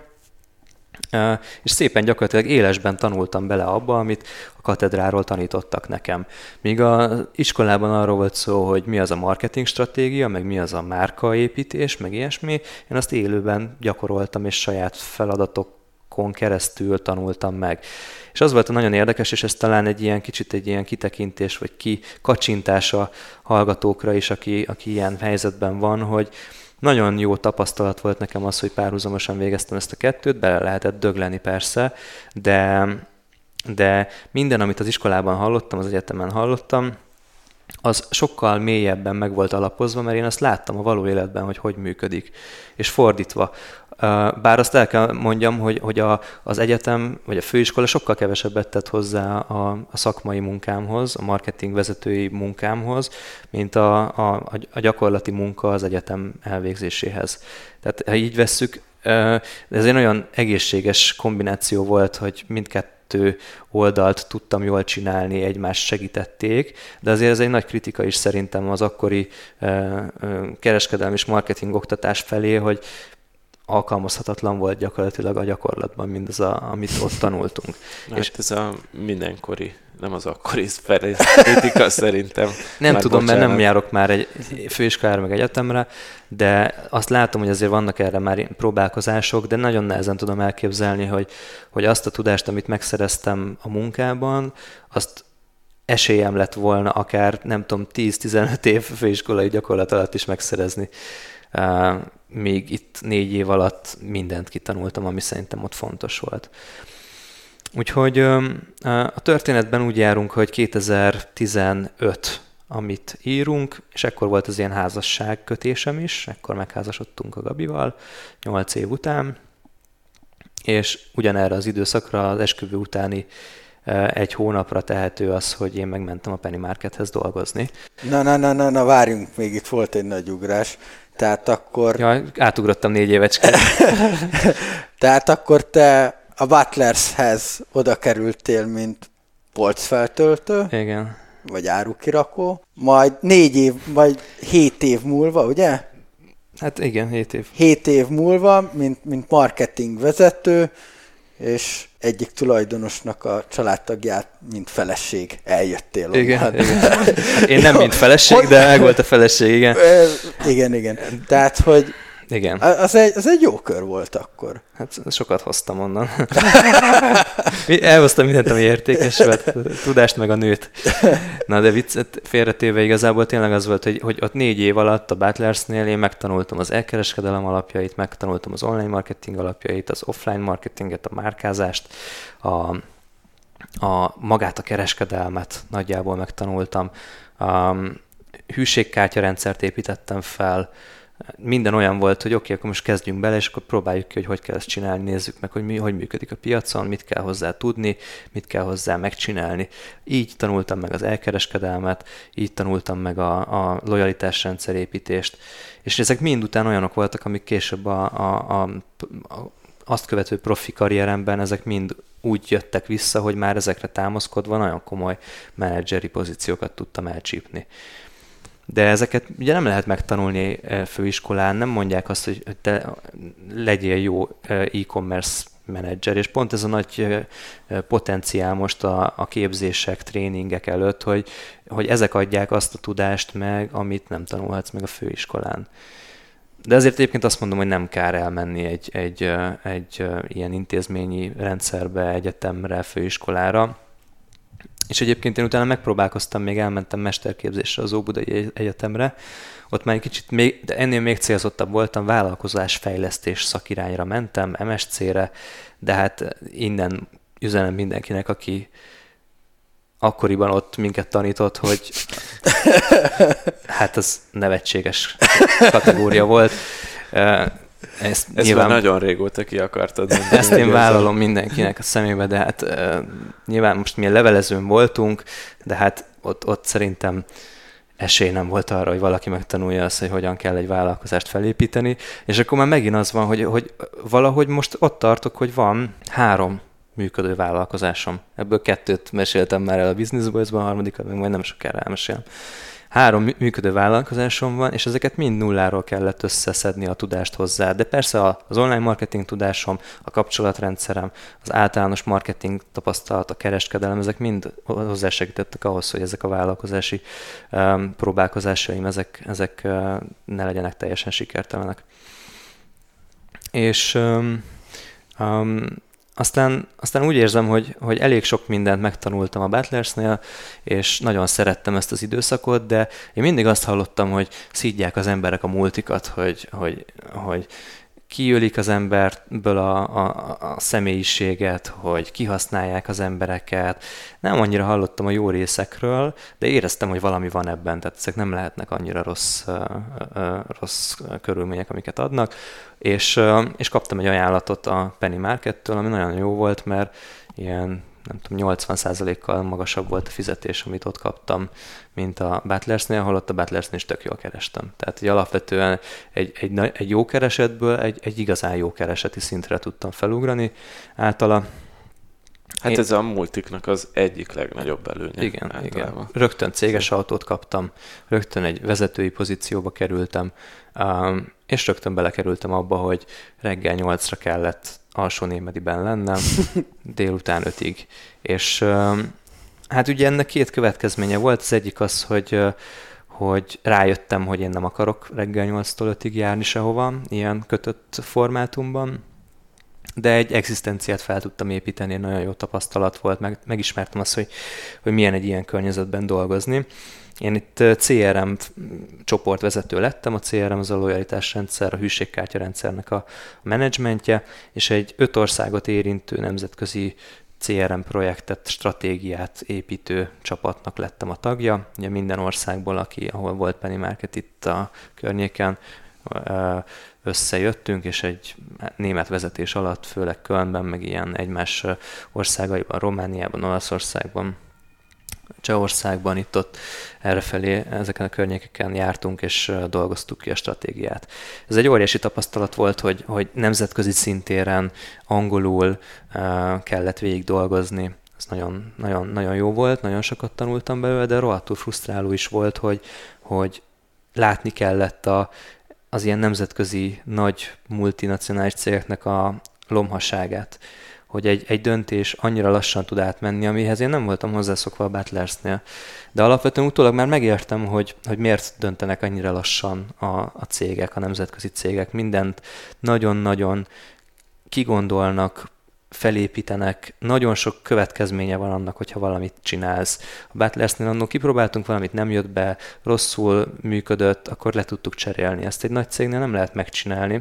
és szépen gyakorlatilag élesben tanultam bele abba, amit a katedráról tanítottak nekem. Míg az iskolában arról volt szó, hogy mi az a marketing stratégia, meg mi az a márkaépítés, meg ilyesmi, én azt élőben gyakoroltam, és saját feladatokon keresztül tanultam meg. És az volt a nagyon érdekes, és ez talán egy ilyen kicsit egy ilyen kitekintés, vagy kikacsintás a hallgatókra is, aki, aki ilyen helyzetben van, hogy nagyon jó tapasztalat volt nekem az, hogy párhuzamosan végeztem ezt a kettőt, bele lehetett dögleni persze, de, de minden, amit az iskolában hallottam, az egyetemen hallottam, az sokkal mélyebben meg volt alapozva, mert én azt láttam a való életben, hogy hogy működik. És fordítva. Bár azt el kell mondjam, hogy, hogy a, az egyetem vagy a főiskola sokkal kevesebbet tett hozzá a, a szakmai munkámhoz, a marketing vezetői munkámhoz, mint a, a, a gyakorlati munka az egyetem elvégzéséhez. Tehát ha így vesszük, ez egy nagyon egészséges kombináció volt, hogy mindkettő oldalt tudtam jól csinálni, egymást segítették, de azért ez egy nagy kritika is szerintem az akkori kereskedelmi és marketing oktatás felé, hogy alkalmazhatatlan volt gyakorlatilag a gyakorlatban mindaz, a, amit ott tanultunk. Hát és ez a mindenkori, nem az akkori felé kritika szerintem. Nem már tudom, bocsánat. Mert nem járok már egy főiskolára meg egyetemre, de azt látom, hogy azért vannak erre már próbálkozások, de nagyon nehezen tudom elképzelni, hogy, hogy azt a tudást, amit megszereztem a munkában, azt esélyem lett volna akár, nem tudom, tíz-tizenöt év főiskolai gyakorlat alatt is megszerezni. Uh, még itt négy év alatt mindent kitanultam, ami szerintem ott fontos volt. Úgyhogy uh, a történetben úgy járunk, hogy kétezer-tizenöt, amit írunk, és ekkor volt az ilyen házasságkötésem is, ekkor megházasodtunk a Gabival, nyolc év után, és ugyanerre az időszakra, az esküvő utáni egy hónapra tehető az, hogy én megmentem a Penny Markethez dolgozni. Na, na, na, na, na, várjunk, még itt volt egy nagy ugrás. Tehát akkor... Ja, átugrottam négy évecskét. Tehát akkor te a Butlershez oda kerültél, mint polcfeltöltő. Igen. Vagy árukirakó. Majd négy év, vagy hét év múlva, ugye? Hát igen, hét év. Hét év múlva, mint, mint marketing vezető, és egyik tulajdonosnak a családtagját, mint feleség eljöttél onnan. Igen, igen. Én nem mint feleség, de meg volt a feleség, igen. Igen, igen. Tehát, hogy igen. Az, egy, az egy jó kör volt akkor. Hát sokat hoztam onnan. Elhoztam mindent, ami értékes volt, tudást meg a nőt. Na de viccet félretéve igazából tényleg az volt, hogy, hogy ott négy év alatt a Butlersnél én megtanultam az elkereskedelem alapjait, megtanultam az online marketing alapjait, az offline marketinget, a márkázást, a, a magát a kereskedelmet nagyjából megtanultam. A hűségkártyarendszert építettem fel, minden olyan volt, hogy oké, okay, akkor most kezdjünk bele, és akkor próbáljuk ki, hogy hogy kell ezt csinálni, nézzük meg, hogy mi, hogy működik a piacon, mit kell hozzá tudni, mit kell hozzá megcsinálni. Így tanultam meg az elkereskedelmet, így tanultam meg a, a lojalitásrendszerépítést, és ezek mind után olyanok voltak, amik később a, a, a, a, azt követő profi karrieremben, ezek mind úgy jöttek vissza, hogy már ezekre támaszkodva nagyon komoly menedzseri pozíciókat tudtam elcsípni. De ezeket ugye nem lehet megtanulni főiskolán, nem mondják azt, hogy te legyél jó e-commerce menedzser, és pont ez a nagy potenciál most a, a képzések, tréningek előtt, hogy, hogy ezek adják azt a tudást meg, amit nem tanulhatsz meg a főiskolán. De azért egyébként azt mondom, hogy nem kár elmenni egy, egy, egy ilyen intézményi rendszerbe, egyetemre, főiskolára. És egyébként én utána megpróbálkoztam, még elmentem mesterképzésre az Óbudai Egyetemre. Ott már egy kicsit még, de ennél még célzottabb voltam, vállalkozásfejlesztés szakirányra mentem, em es cé-re, de hát innen üzenem mindenkinek, aki akkoriban ott minket tanított, hogy hát az nevetséges kategória volt. Ezt, ezt nyilván, már nagyon régóta ki akartad mondani. Ezt én vállalom mindenkinek a szemébe, de hát uh, nyilván most milyen levelezőn voltunk, de hát ott, ott szerintem esély nem volt arra, hogy valaki megtanulja azt, hogy hogyan kell egy vállalkozást felépíteni, és akkor már megint az van, hogy, hogy valahogy most ott tartok, hogy van három működő vállalkozásom. Ebből kettőt meséltem már el a Business Boys-ban, a harmadikat meg majd nem sokára elmesélem. Három működő vállalkozásom van, és ezeket mind nulláról kellett összeszedni a tudást hozzá. De persze az online marketing tudásom, a kapcsolatrendszerem, az általános marketing tapasztalat, a kereskedelem, ezek mind hozzásegítettek ahhoz, hogy ezek a vállalkozási um, próbálkozásaim, ezek, ezek uh, ne legyenek teljesen sikertelenek. És um, um, Aztán, aztán úgy érzem, hogy, hogy elég sok mindent megtanultam a Butlers-nél, és nagyon szerettem ezt az időszakot, de én mindig azt hallottam, hogy szídják az emberek a multikat, hogy, hogy, hogy kiölik az emberből a, a, a személyiséget, hogy kihasználják az embereket. Nem annyira hallottam a jó részekről, de éreztem, hogy valami van ebben, tehát ezek nem lehetnek annyira rossz, rossz körülmények, amiket adnak. És, és kaptam egy ajánlatot a Penny Markettől, ami nagyon jó volt, mert ilyen nem tudom, nyolcvan százalékkal magasabb volt a fizetés, amit ott kaptam, mint a Butlersnél, ahol ott a Butlersnél is tök jól kerestem. Tehát egy alapvetően egy, egy, egy jó keresetből egy, egy igazán jó kereseti szintre tudtam felugrani általa. Hát Én... ez a multiknak az egyik legnagyobb előnye. Igen, igen. Rögtön céges autót kaptam, rögtön egy vezetői pozícióba kerültem, um, és rögtön belekerültem abba, hogy reggel nyolcra kellett alsó Némediben lennem, délután ötig. És um, hát ugye ennek két következménye volt. Az egyik az, hogy, uh, hogy rájöttem, hogy én nem akarok reggel nyolctól ötig járni sehova, ilyen kötött formátumban, de egy egzisztenciát fel tudtam építeni, nagyon jó tapasztalat volt, meg, megismertem azt, hogy, hogy milyen egy ilyen környezetben dolgozni. Én itt cé er em csoportvezető lettem, a cé er em az a lojalitásrendszer, a hűségkártyarendszernek a menedzsmentje, és egy öt országot érintő nemzetközi cé er em projektet, stratégiát építő csapatnak lettem a tagja. Ugye minden országból, aki, ahol volt Penny Market itt a környéken, összejöttünk, és egy német vezetés alatt, főleg Kölnben, meg ilyen egymás országaiban, Romániában, Olaszországban, Csehországban, itt-ott errefelé, ezeken a környékeken jártunk, és dolgoztuk ki a stratégiát. Ez egy óriási tapasztalat volt, hogy, hogy nemzetközi szintéren angolul uh, kellett végig dolgozni. Ez nagyon, nagyon, nagyon jó volt, nagyon sokat tanultam belőle, de rohadtul frusztráló is volt, hogy, hogy látni kellett a, az ilyen nemzetközi nagy multinacionális cégeknek a lomhasságát, hogy egy, egy döntés annyira lassan tud átmenni, amihez én nem voltam hozzászokva a Butlersnél. De alapvetően utólag már megértem, hogy, hogy miért döntenek annyira lassan a, a cégek, a nemzetközi cégek. Mindent nagyon-nagyon kigondolnak, felépítenek, nagyon sok következménye van annak, hogyha valamit csinálsz. A Butlersnél annól kipróbáltunk valamit, nem jött be, rosszul működött, akkor le tudtuk cserélni. Ezt egy nagy cégnél nem lehet megcsinálni.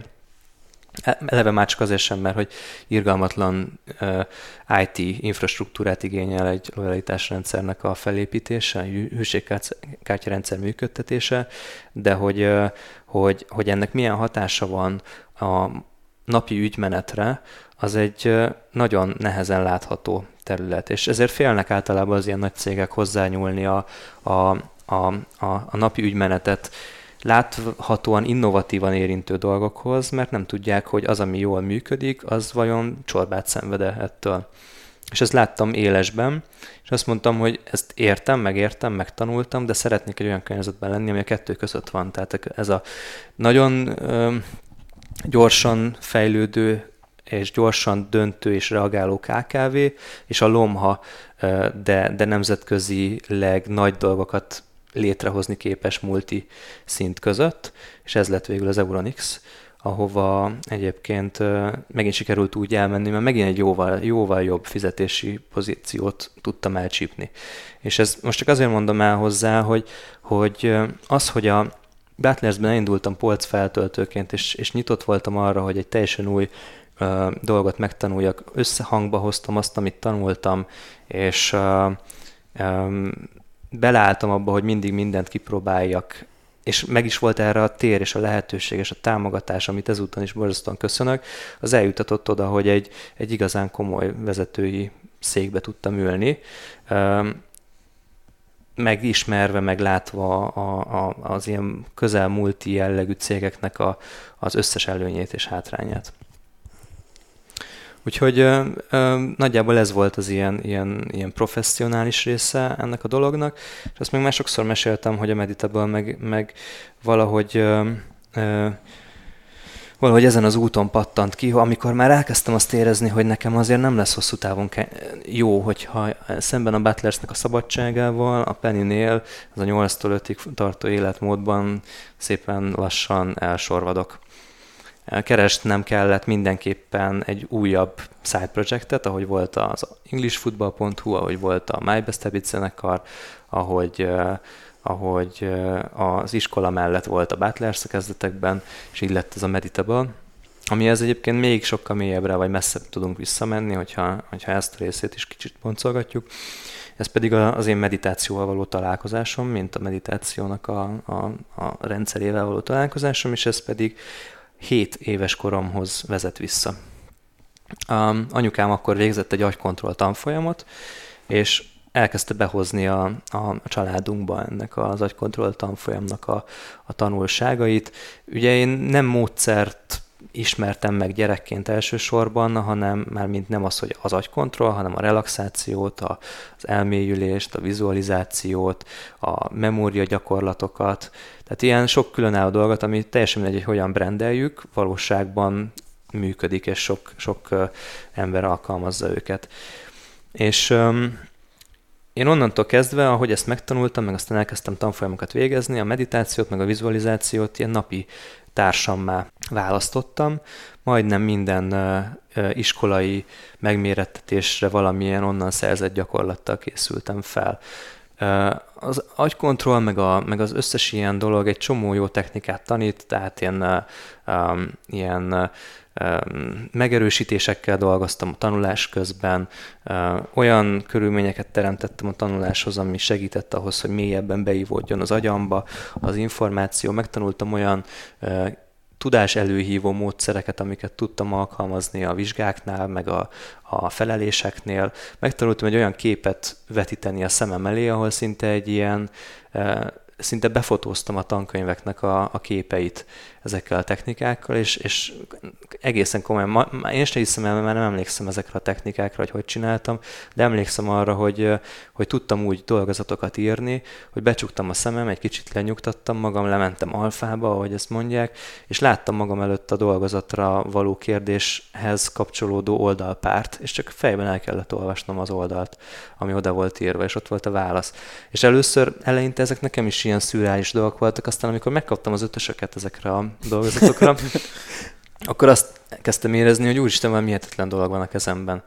Eleve már csak azért sem, mert hogy irgalmatlan uh, i té infrastruktúrát igényel egy lojalitásrendszernek a felépítése, a hűségkártyarendszer működtetése, de hogy, uh, hogy, hogy ennek milyen hatása van a napi ügymenetre, az egy uh, nagyon nehezen látható terület, és ezért félnek általában az ilyen nagy cégek hozzányúlni a, a, a, a, a napi ügymenetet láthatóan innovatívan érintő dolgokhoz, mert nem tudják, hogy az, ami jól működik, az vajon csorbát szenved ettől. és ezt láttam élesben, és azt mondtam, hogy ezt értem, megértem, megtanultam, de szeretnék egy olyan környezetben lenni, ami a kettő között van. Tehát ez a nagyon ö, gyorsan fejlődő és gyorsan döntő és reagáló ká ká vé, és a Lomha, ö, de, de nemzetközileg nagy dolgokat létrehozni képes multi szint között, és ez lett végül az Euronics, ahova egyébként megint sikerült úgy elmenni, mert megint egy jóval, jóval jobb fizetési pozíciót tudtam elcsípni. És ez most csak azért mondom el hozzá, hogy, hogy az, hogy a Butlers-ben elindultam polcfeltöltőként, és, és nyitott voltam arra, hogy egy teljesen új uh, dolgot megtanuljak, összehangba hoztam azt, amit tanultam, és uh, um, beleálltam abba, hogy mindig mindent kipróbáljak, és meg is volt erre a tér és a lehetőség és a támogatás, amit ezúton is borzasztóan köszönök, az eljutatott oda, hogy egy, egy igazán komoly vezetői székbe tudtam ülni, megismerve, meglátva a, a, az ilyen közel multi jellegű cégeknek a, az összes előnyét és hátrányát. Úgyhogy ö, ö, nagyjából ez volt az ilyen, ilyen, ilyen professzionális része ennek a dolognak, és azt még már sokszor meséltem, hogy a Meditable meg, meg valahogy, ö, ö, valahogy ezen az úton pattant ki, amikor már elkezdtem azt érezni, hogy nekem azért nem lesz hosszú távon jó, hogyha szemben a Butlersnek a szabadságával, a Pennynél ez a nyolctól ötig tartó életmódban szépen lassan elsorvadok. Keresnem kellett mindenképpen egy újabb side projectet, ahogy volt az englishfootball pont hu, ahogy volt a My Best Habits zenekar, ahogy, uh, ahogy uh, az iskola mellett volt a Butlers a kezdetekben, és így lett ez a Meditable, amihez egyébként még sokkal mélyebbre vagy messzebb tudunk visszamenni, hogyha, hogyha ezt a részét is kicsit boncolgatjuk. Ez pedig az én meditációval való találkozásom, mint a meditációnak a, a, a rendszerével való találkozásom, és ez pedig hét éves koromhoz vezet vissza. Um, anyukám akkor végzett egy agykontroll tanfolyamot, és elkezdte behozni a, a, a családunkba ennek az agykontroll tanfolyamnak a, a tanulságait. Ugye én nem módszert ismertem meg gyerekként elsősorban, hanem már mint nem az, hogy az agykontroll, hanem a relaxációt, a, az elmélyülést, a vizualizációt, a memória gyakorlatokat. Tehát ilyen sok különálló dolgot, ami teljesen mindegy, hogy hogyan brandeljük, valóságban működik, és sok, sok ember alkalmazza őket. És um, én onnantól kezdve, ahogy ezt megtanultam, meg aztán elkezdtem tanfolyamokat végezni, a meditációt, meg a vizualizációt ilyen napi társammá választottam. Majdnem minden uh, iskolai megmérettetésre valamilyen onnan szerzett gyakorlattal készültem fel. Uh, az agykontroll, meg, a, meg az összes ilyen dolog egy csomó jó technikát tanít, tehát ilyen, uh, um, ilyen uh, um, megerősítésekkel dolgoztam a tanulás közben, uh, olyan körülményeket teremtettem a tanuláshoz, ami segített ahhoz, hogy mélyebben beívódjon az agyamba az információ, megtanultam olyan uh, tudás előhívó módszereket, amiket tudtam alkalmazni a vizsgáknál, meg a, a feleléseknél. Megtanultam egy olyan képet vetíteni a szemem elé, ahol szinte egy ilyen, szinte befotóztam a tankönyveknek a, a képeit ezekkel a technikákkal, és, és egészen komolyan, ma, én is hiszem el, mert már nem emlékszem ezekre a technikákra, hogy hogy csináltam, de emlékszem arra, hogy, hogy tudtam úgy dolgozatokat írni, hogy becsuktam a szemem, egy kicsit lenyugtattam magam, lementem alfába, ahogy ezt mondják, és láttam magam előtt a dolgozatra való kérdéshez kapcsolódó oldalpárt, és csak fejben el kellett olvasnom az oldalt, ami oda volt írva, és ott volt a válasz. És először eleinte ezek nekem is ilyen szürreális dolgok voltak, aztán amikor megkaptam az ötösöket ezekre a dolgozatokra, akkor azt kezdtem érezni, hogy úristen, valami hihetetlen dolog van a kezemben.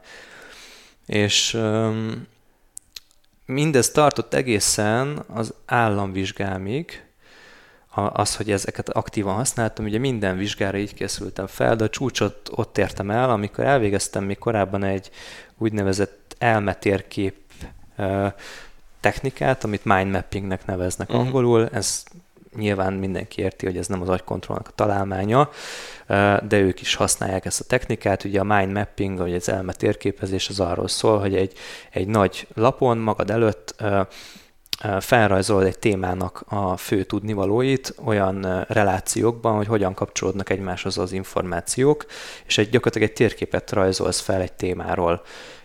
És um, mindez tartott egészen az államvizsgámig, az, hogy ezeket aktívan használtam. Ugye minden vizsgára így készültem fel, de a csúcsot ott értem el, amikor elvégeztem még korábban egy úgynevezett elmetérkép uh, technikát, amit mind mappingnek neveznek uh-huh. angolul. Ez nyilván mindenki érti, hogy ez nem az agykontrollnak a találmánya, de ők is használják ezt a technikát. Ugye a mind mapping, vagy az elmetérképezés az arról szól, hogy egy, egy nagy lapon magad előtt felrajzolod egy témának a fő tudnivalóit olyan relációkban, hogy hogyan kapcsolódnak egymáshoz az információk, és egy gyakorlatilag egy térképet rajzolsz fel egy témáról.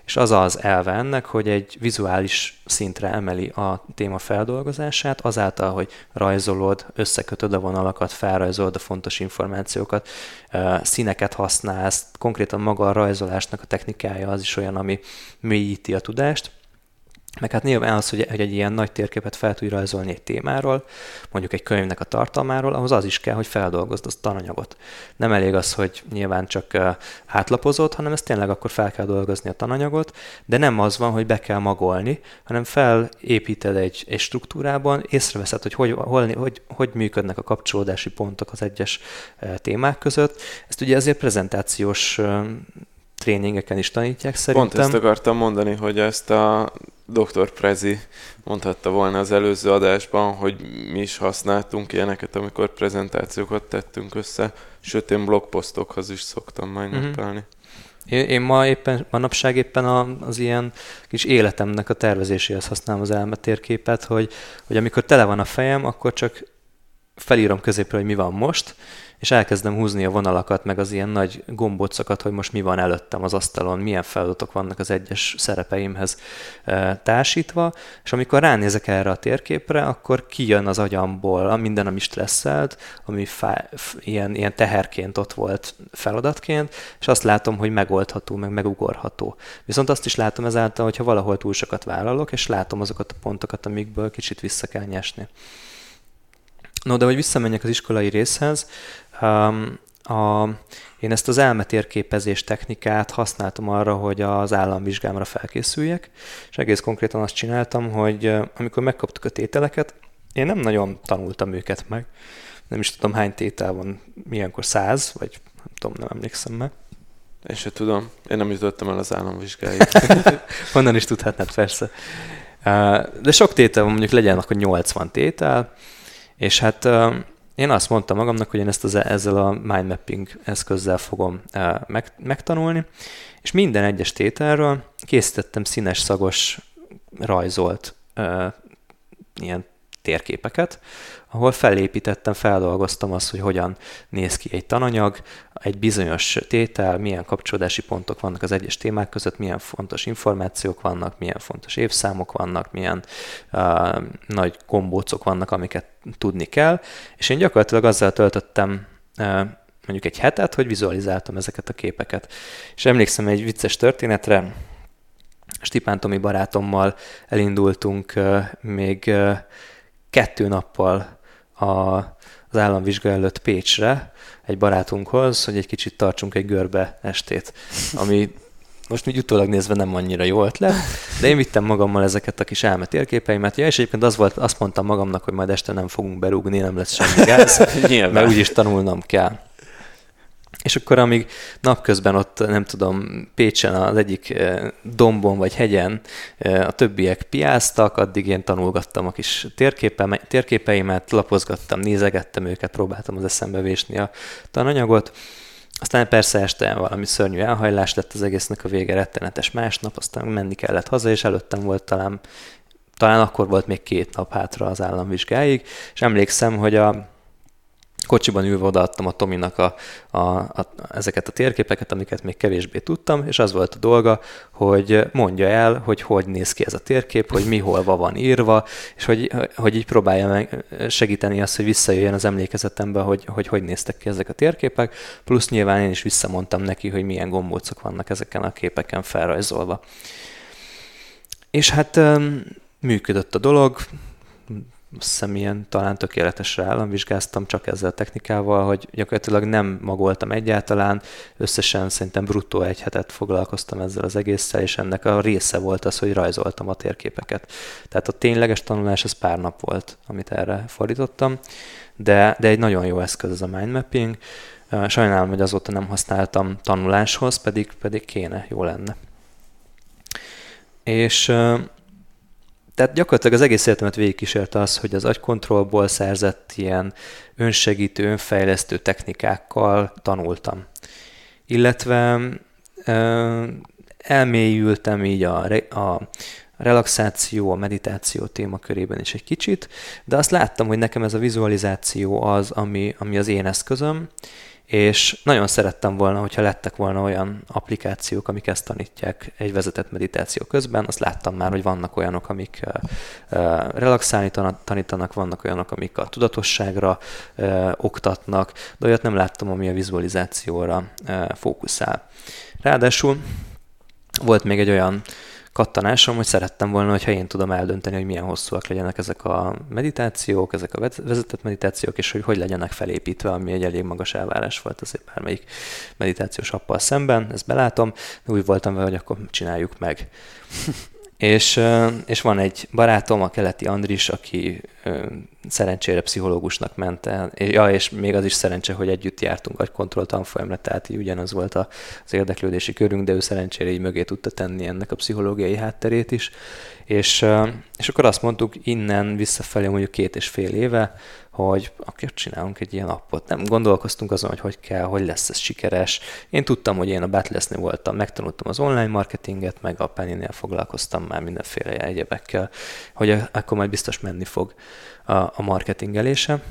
és az az elve ennek, hogy egy vizuális szintre emeli a téma feldolgozását, azáltal, hogy rajzolod, összekötöd a vonalakat, felrajzolod a fontos információkat, színeket használsz, konkrétan maga a rajzolásnak a technikája az is olyan, ami mélyíti a tudást. Meg hát nyilván az, hogy egy ilyen nagy térképet fel tudj rajzolni egy témáról, mondjuk egy könyvnek a tartalmáról, ahhoz az is kell, hogy feldolgozd azt a tananyagot. Nem elég az, hogy nyilván csak átlapozod, hanem ezt tényleg akkor fel kell dolgozni a tananyagot, de nem az van, hogy be kell magolni, hanem felépíted egy, egy struktúrában, észreveszed, hogy hogy, hol, hogy hogy működnek a kapcsolódási pontok az egyes témák között. Ezt ugye ezért prezentációs tréningeken is tanítják szerintem. Pont ezt akartam mondani, hogy ezt a doktor Prezi mondhatta volna az előző adásban, hogy mi is használtunk ilyeneket, amikor prezentációkat tettünk össze, sőt én blogposztokhoz is szoktam megneppelni. Uh-huh. Én, én ma éppen, manapság éppen az ilyen kis életemnek a tervezéséhez használom az elmetérképet, hogy, hogy amikor tele van a fejem, akkor csak felírom középre, hogy mi van most, és elkezdem húzni a vonalakat, meg az ilyen nagy gombócokat, hogy most mi van előttem az asztalon, milyen feladatok vannak az egyes szerepeimhez e, társítva, és amikor ránézek erre a térképre, akkor kijön az agyamból minden, ami stresszelt, ami fá, f, ilyen, ilyen teherként ott volt feladatként, és azt látom, hogy megoldható, meg megugorható. Viszont azt is látom ezáltal, hogyha valahol túl sokat vállalok, és látom azokat a pontokat, amikből kicsit vissza kell nyesni. No, de hogy visszamenjek az iskolai részhez, um, a, én ezt az elmetérképezés technikát használtam arra, hogy az államvizsgámra felkészüljek, és egész konkrétan azt csináltam, hogy uh, amikor megkaptuk a tételeket, én nem nagyon tanultam őket meg. Nem is tudom, hány tétel van, milyenkor száz, vagy nem tudom, nem emlékszem meg. Én se tudom, én nem jutottam el az államvizsgáig. Honnan is tudhatnád, persze. Uh, de sok tétel van, mondjuk legyen akkor nyolcvan tétel, és hát uh, én azt mondtam magamnak, hogy én ezt az, ezzel a mindmapping eszközzel fogom uh, meg, megtanulni, és minden egyes tételről készítettem színes, szagos, rajzolt uh, ilyen térképeket, ahol felépítettem, feldolgoztam azt, hogy hogyan néz ki egy tananyag, egy bizonyos tétel, milyen kapcsolódási pontok vannak az egyes témák között, milyen fontos információk vannak, milyen fontos évszámok vannak, milyen uh, nagy gombócok vannak, amiket tudni kell, és én gyakorlatilag azzal töltöttem uh, mondjuk egy hetet, hogy vizualizáltam ezeket a képeket. És emlékszem egy vicces történetre, Stipán Tomi barátommal elindultunk uh, még uh, kettő nappal a, az államvizsga előtt Pécsre egy barátunkhoz, hogy egy kicsit tartsunk egy görbe estét, ami most úgy utólag nézve nem annyira jó ötlet, de én vittem magammal ezeket a kis elmetérképeimet, ja, és egyébként az volt, azt mondtam magamnak, hogy majd este nem fogunk berúgni, nem lesz semmi gáz, mert úgyis tanulnom kell. És akkor amíg napközben ott, nem tudom, Pécsen az egyik dombon vagy hegyen a többiek piáztak, addig én tanulgattam a kis térképeimet, lapozgattam, nézegettem őket, próbáltam az eszembe vésni a tananyagot. Aztán persze este valami szörnyű elhajlás lett az egésznek a vége, rettenetes másnap, aztán menni kellett haza, és előttem volt talán, talán akkor volt még két nap hátra az államvizsgáig, és emlékszem, hogy a kocsiban ülve odaadtam a Tominak a, a, a, ezeket a térképeket, amiket még kevésbé tudtam, és az volt a dolga, hogy mondja el, hogy hogy néz ki ez a térkép, hogy mi hol van írva, és hogy, hogy így próbálja meg segíteni azt, hogy visszajöjjön az emlékezetembe, hogy, hogy hogy néztek ki ezek a térképek, plusz nyilván én is visszamondtam neki, hogy milyen gombócok vannak ezeken a képeken felrajzolva. És hát működött a dolog, azt hiszem ilyen talán tökéletesre államvizsgáztam csak ezzel a technikával, hogy gyakorlatilag nem magoltam egyáltalán, összesen szerintem bruttó egy hetet foglalkoztam ezzel az egésszel, és ennek a része volt az, hogy rajzoltam a térképeket. Tehát a tényleges tanulás az pár nap volt, amit erre fordítottam, de, de egy nagyon jó eszköz ez a mindmapping. Sajnálom, hogy azóta nem használtam tanuláshoz, pedig, pedig kéne, jó lenne. És tehát gyakorlatilag az egész életemet végigkísérte az, hogy az agykontrollból szerzett ilyen önsegítő, önfejlesztő technikákkal tanultam. Illetve ö, elmélyültem így a, a relaxáció, a meditáció témakörében is egy kicsit, de azt láttam, hogy nekem ez a vizualizáció az, ami, ami az én eszközöm, és nagyon szerettem volna, hogyha lettek volna olyan applikációk, amik ezt tanítják egy vezetett meditáció közben. Azt láttam már, hogy vannak olyanok, amik relaxálni tanítanak, vannak olyanok, amik a tudatosságra oktatnak, de olyat nem láttam, ami a vizualizációra fókuszál. Ráadásul volt még egy olyan kattanásom, hogy szerettem volna, hogyha én tudom eldönteni, hogy milyen hosszúak legyenek ezek a meditációk, ezek a vezetett meditációk, és hogy hogy legyenek felépítve, ami egy elég magas elvárás volt azért bármelyik meditációs appal szemben, ezt belátom, de úgy voltam vele, hogy akkor csináljuk meg. és, és van egy barátom, a Keleti Andris, aki szerencsére pszichológusnak ment el, ja, és még az is szerencse, hogy együtt jártunk agykontroll tanfolyamra, tehát így ugyanaz volt az érdeklődési körünk, de ő szerencsére így mögé tudta tenni ennek a pszichológiai hátterét is. És, és akkor azt mondtuk innen visszafelé mondjuk két és fél éve, hogy akkor csinálunk egy ilyen appot. Nem gondolkoztunk azon, hogy hogy kell, hogy lesz ez sikeres. Én tudtam, hogy én a Battlesnél voltam, megtanultam az online marketinget, meg a Pennynél foglalkoztam már mindenféle egyebekkel, hogy akkor majd biztos menni fog a, a marketingelése.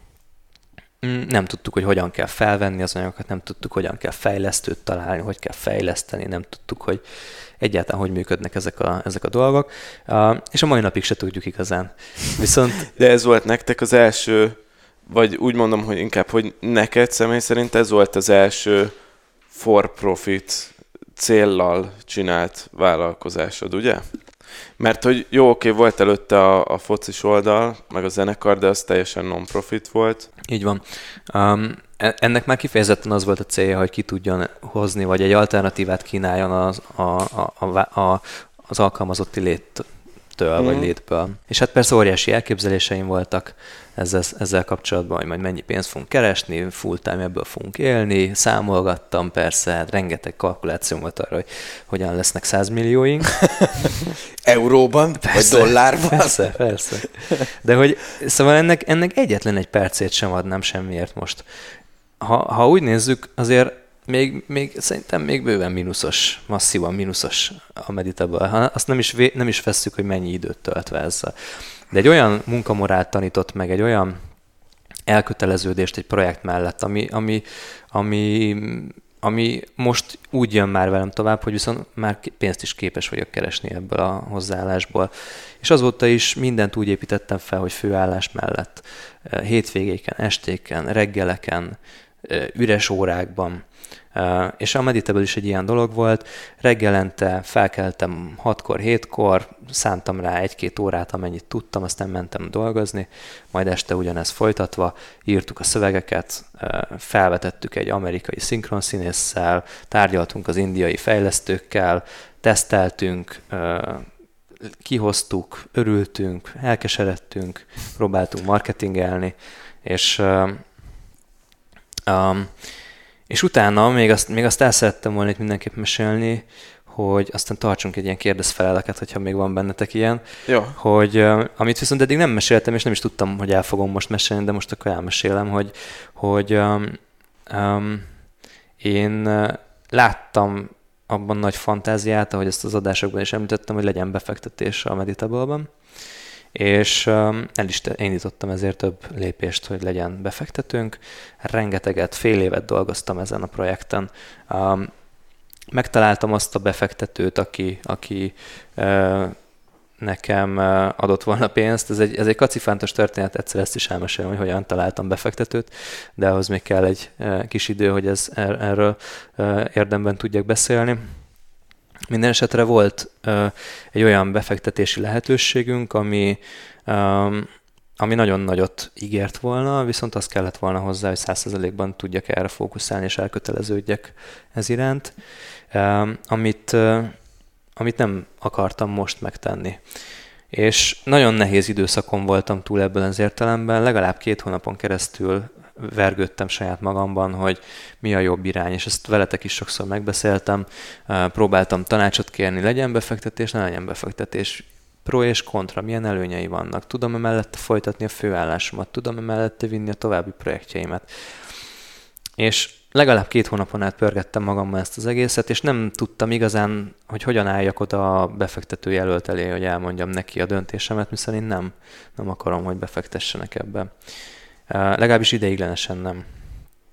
Nem tudtuk, hogy hogyan kell felvenni az anyagokat, nem tudtuk, hogyan kell fejlesztőt találni, hogy kell fejleszteni, nem tudtuk, hogy egyáltalán hogy működnek ezek a, ezek a dolgok, uh, és a mai napig se tudjuk igazán. Viszont... De ez volt nektek az első, vagy úgy mondom, hogy inkább, hogy neked személy szerint ez volt az első for-profit céllal csinált vállalkozásod, ugye? Mert hogy jó, oké, volt előtte a, a focis oldal, meg a zenekar, de az teljesen non-profit volt. Így van. Um, ennek már kifejezetten az volt a célja, hogy ki tudjon hozni, vagy egy alternatívát kínáljon az, a, a, a, a, az alkalmazotti léttől, mm. vagy létből. És hát persze óriási elképzeléseim voltak ezzel, ezzel kapcsolatban, hogy majd mennyi pénzt fogunk keresni, full time ebből fogunk élni, számolgattam persze, hát rengeteg kalkuláció volt arra, hogy hogyan lesznek százmillióink. Euróban, persze, vagy dollárban. Persze, persze. De hogy, szóval ennek, ennek egyetlen egy percét sem adnám semmiért most. Ha, ha úgy nézzük, azért még, még szerintem még bőven mínuszos, masszívan mínuszos a Meditable. Azt nem is, nem is vesszük, hogy mennyi időt töltve ezzel. De egy olyan munkamorált tanított meg, egy olyan elköteleződést egy projekt mellett, ami, ami, ami, ami most úgy jön már velem tovább, hogy viszont már pénzt is képes vagyok keresni ebből a hozzáállásból. És azóta is mindent úgy építettem fel, hogy főállás mellett, hétvégéken, estéken, reggeleken, üres órákban. És a Meditable is egy ilyen dolog volt. Reggelente felkeltem hatkor, hétkor, szántam rá egy-két órát, amennyit tudtam, aztán mentem dolgozni, majd este ugyanezt folytatva, írtuk a szövegeket, felvetettük egy amerikai szinkronszínésszel, tárgyaltunk az indiai fejlesztőkkel, teszteltünk, kihoztuk, örültünk, elkeseredtünk, próbáltunk marketingelni, és um, és utána még azt, még azt el szerettem volna itt mindenképp mesélni, hogy aztán tartsunk egy ilyen kérdezfeleleket, hogyha még van bennetek ilyen. Jó. Hogy, amit viszont eddig nem meséltem, és nem is tudtam, hogy el fogom most mesélni, de most akkor elmesélem, hogy, hogy um, um, én láttam abban nagy fantáziát, ahogy ezt az adásokban is említettem, hogy legyen befektetés a Meditable-ban. És um, el is indítottam ezért több lépést, hogy legyen befektetőnk. Rengeteget, fél évet dolgoztam ezen a projekten. Um, megtaláltam azt a befektetőt, aki, aki uh, nekem uh, adott volna pénzt. Ez egy, ez egy kacifántos történet, egyszer ezt is elmesélem, hogy hogyan találtam befektetőt, de ahhoz még kell egy uh, kis idő, hogy ez, er, erről uh, érdemben tudjak beszélni. Minden esetre volt uh, egy olyan befektetési lehetőségünk, ami, um, ami nagyon nagyot ígért volna, viszont az kellett volna hozzá, hogy száz százalékban tudjak erre fókuszálni és elköteleződjek ez iránt, um, amit, uh, amit nem akartam most megtenni. És nagyon nehéz időszakon voltam túl ebből az értelemben, legalább két hónapon keresztül vergődtem saját magamban, hogy mi a jobb irány, és ezt veletek is sokszor megbeszéltem, próbáltam tanácsot kérni, legyen befektetés, ne legyen befektetés, pro és kontra, milyen előnyei vannak, tudom-e mellette folytatni a főállásomat, tudom-e mellette vinni a további projektjeimet. És legalább két hónapon át pörgettem magammal ezt az egészet, és nem tudtam igazán, hogy hogyan álljak oda a befektető jelölt elé, hogy elmondjam neki a döntésemet, hiszen én nem, nem akarom, hogy befektessenek ebbe. Uh, legalábbis ideiglenesen nem.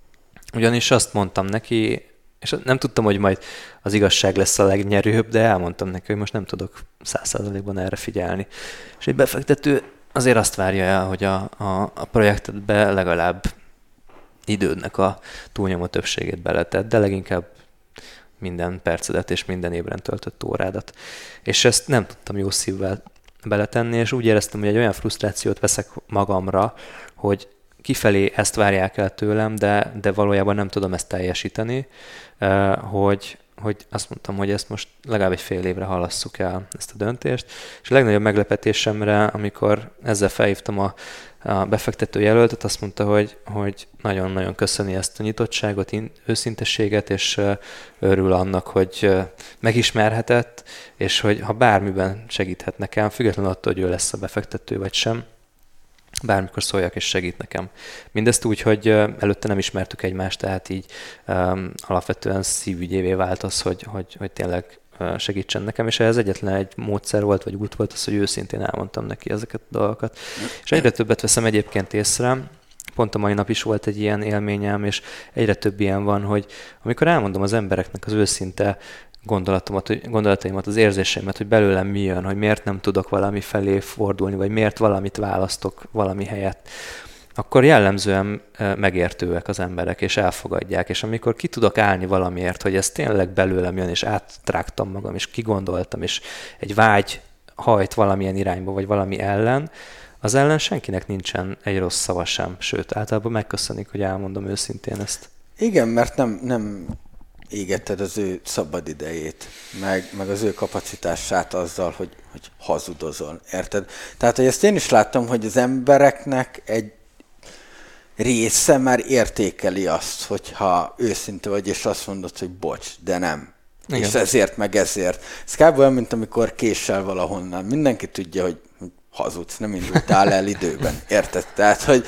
Ugyanis azt mondtam neki, és nem tudtam, hogy majd az igazság lesz a legnyerőbb, de elmondtam neki, hogy most nem tudok száz százalékban erre figyelni. És egy befektető azért azt várja el, hogy a, a, a projektedbe legalább idődnek a túlnyomó többségét beletett, de leginkább minden percedet és minden évben töltött órádat. És ezt nem tudtam jó szívvel beletenni, és úgy éreztem, hogy egy olyan frusztrációt veszek magamra, hogy kifelé ezt várják el tőlem, de, de valójában nem tudom ezt teljesíteni, hogy, hogy azt mondtam, hogy ezt most legalább egy fél évre halasszuk el, ezt a döntést. És a legnagyobb meglepetésemre, amikor ezzel felhívtam a, a befektető jelöltet, azt mondta, hogy, hogy nagyon-nagyon köszöni ezt a nyitottságot, őszintességet, és örül annak, hogy megismerhetett, és hogy ha bármiben segíthet nekem, függetlenül attól, hogy ő lesz a befektető vagy sem, bármikor szóljak és segít nekem. Mindezt úgy, hogy előtte nem ismertük egymást, tehát így um, alapvetően szívügyévé vált az, hogy, hogy, hogy tényleg segítsen nekem, és ez egyetlen egy módszer volt, vagy út volt az, hogy őszintén elmondtam neki ezeket a dolgokat. És egyre többet veszem egyébként észre, pont a mai nap is volt egy ilyen élményem, és egyre több ilyen van, hogy amikor elmondom az embereknek az őszinte gondolatomat, gondolataimat, az érzéseimet, hogy belőlem mi jön, hogy miért nem tudok valami felé fordulni, vagy miért valamit választok valami helyett, akkor jellemzően megértőek az emberek, és elfogadják. És amikor ki tudok állni valamiért, hogy ez tényleg belőlem jön, és áttrágtam magam, és kigondoltam, és egy vágy hajt valamilyen irányba, vagy valami ellen, az ellen senkinek nincsen egy rossz szava sem. Sőt, általában megköszönik, hogy elmondom őszintén ezt. Igen, mert nem... nem... égetted az ő szabad idejét, meg, meg az ő kapacitását azzal, hogy, hogy hazudozol, érted? Tehát, hogy ezt én is láttam, hogy az embereknek egy része már értékeli azt, hogyha őszinte vagy, és azt mondod, hogy bocs, de nem. Igen. És ezért, meg ezért. Ez kb. Olyan, mint amikor késsel valahonnan. Mindenki tudja, hogy hazudsz, nem indultál el időben, érted? Tehát, hogy...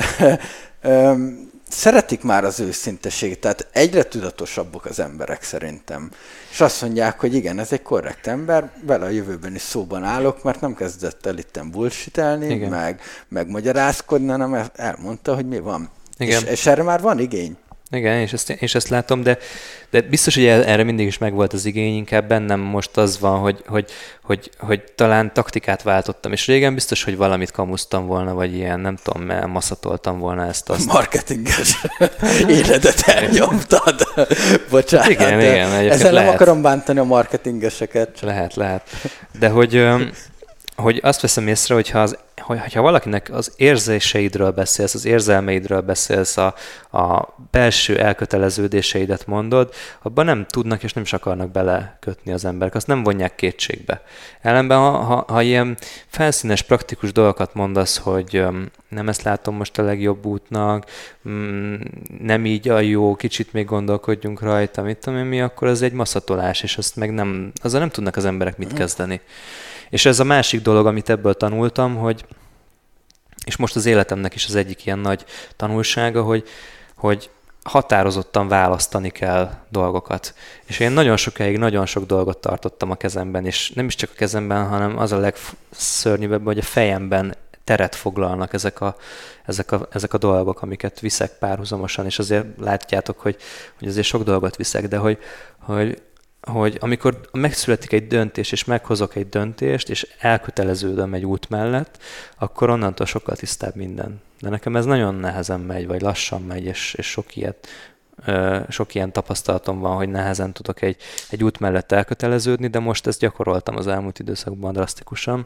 szeretik már az őszinteséget, tehát egyre tudatosabbak az emberek szerintem. És azt mondják, hogy igen, ez egy korrekt ember, vele a jövőben is szóban állok, mert nem kezdett el itten bullshitelni, meg, meg magyarázkodni, hanem elmondta, hogy mi van. És, és erre már van igény. Igen, és ezt, és ezt látom, de, de biztos, hogy erre mindig is megvolt az igény, inkább bennem most az van, hogy, hogy, hogy, hogy talán taktikát váltottam, és régen biztos, hogy valamit kamusztam volna, vagy ilyen, nem tudom, maszatoltam volna ezt azt. Marketinges életet elnyomtad. Bocsánat. Igen, igen. Ezzel lehet. Nem akarom bántani a marketingeseket. Lehet, lehet. De hogy, hogy azt veszem észre, hogyha az hogyha valakinek az érzéseidről beszélsz, az érzelmeidről beszélsz, a, a belső elköteleződéseidet mondod, abban nem tudnak és nem is akarnak belekötni az emberek, azt nem vonják kétségbe. Ellenben, ha, ha, ha ilyen felszínes, praktikus dolgokat mondasz, hogy um, nem ezt látom most a legjobb útnak, um, nem így a jó, kicsit még gondolkodjunk rajta, mit tudom én mi, akkor az egy maszatolás, és azt meg nem, azzal nem tudnak az emberek mit kezdeni. És ez a másik dolog, amit ebből tanultam, hogy, és most az életemnek is az egyik ilyen nagy tanulsága, hogy, hogy határozottan választani kell dolgokat. És én nagyon sokáig nagyon sok dolgot tartottam a kezemben, és nem is csak a kezemben, hanem az a legszörnyűbb, hogy a fejemben teret foglalnak ezek a, ezek a, ezek a dolgok, amiket viszek párhuzamosan, és azért látjátok, hogy, hogy azért sok dolgot viszek, de hogy, hogy hogy amikor megszületik egy döntés, és meghozok egy döntést, és elköteleződöm egy út mellett, akkor onnantól sokkal tisztább minden. De nekem ez nagyon nehezen megy, vagy lassan megy, és, és sok, ilyet, sok ilyen tapasztalatom van, hogy nehezen tudok egy, egy út mellett elköteleződni, de most ezt gyakoroltam az elmúlt időszakban drasztikusan.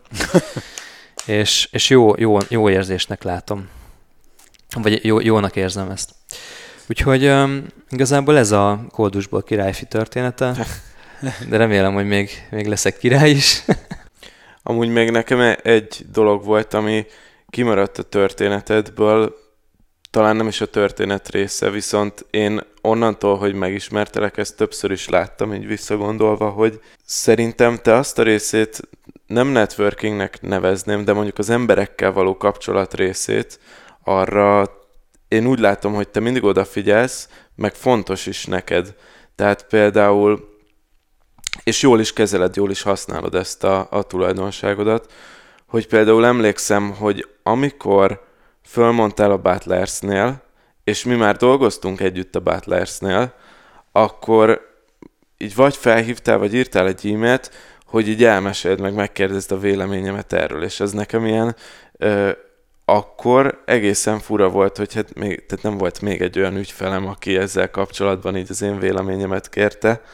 és és jó, jó, jó érzésnek látom. Vagy jó, jónak érzem ezt. Úgyhogy um, igazából ez a Koldusból királyfi története, de remélem, hogy még, még leszek király is. Amúgy még nekem egy dolog volt, ami kimaradt a történetedből, talán nem is a történet része, viszont én onnantól, hogy megismertelek, ezt többször is láttam, így visszagondolva, hogy szerintem te azt a részét nem networkingnek nevezném, de mondjuk az emberekkel való kapcsolat részét, arra én úgy látom, hogy te mindig odafigyelsz, meg fontos is neked. Tehát például, és jól is kezeled, jól is használod ezt a, a tulajdonságodat, hogy például emlékszem, hogy amikor fölmondtál a Butlersnél, és mi már dolgoztunk együtt a Butlersnél, akkor így vagy felhívtál, vagy írtál egy e-mailt, hogy így elmeséld meg, megkérdezd a véleményemet erről, és ez nekem ilyen ö, akkor egészen fura volt, hogy hát még, tehát nem volt még egy olyan ügyfelem, aki ezzel kapcsolatban így az én véleményemet kérte.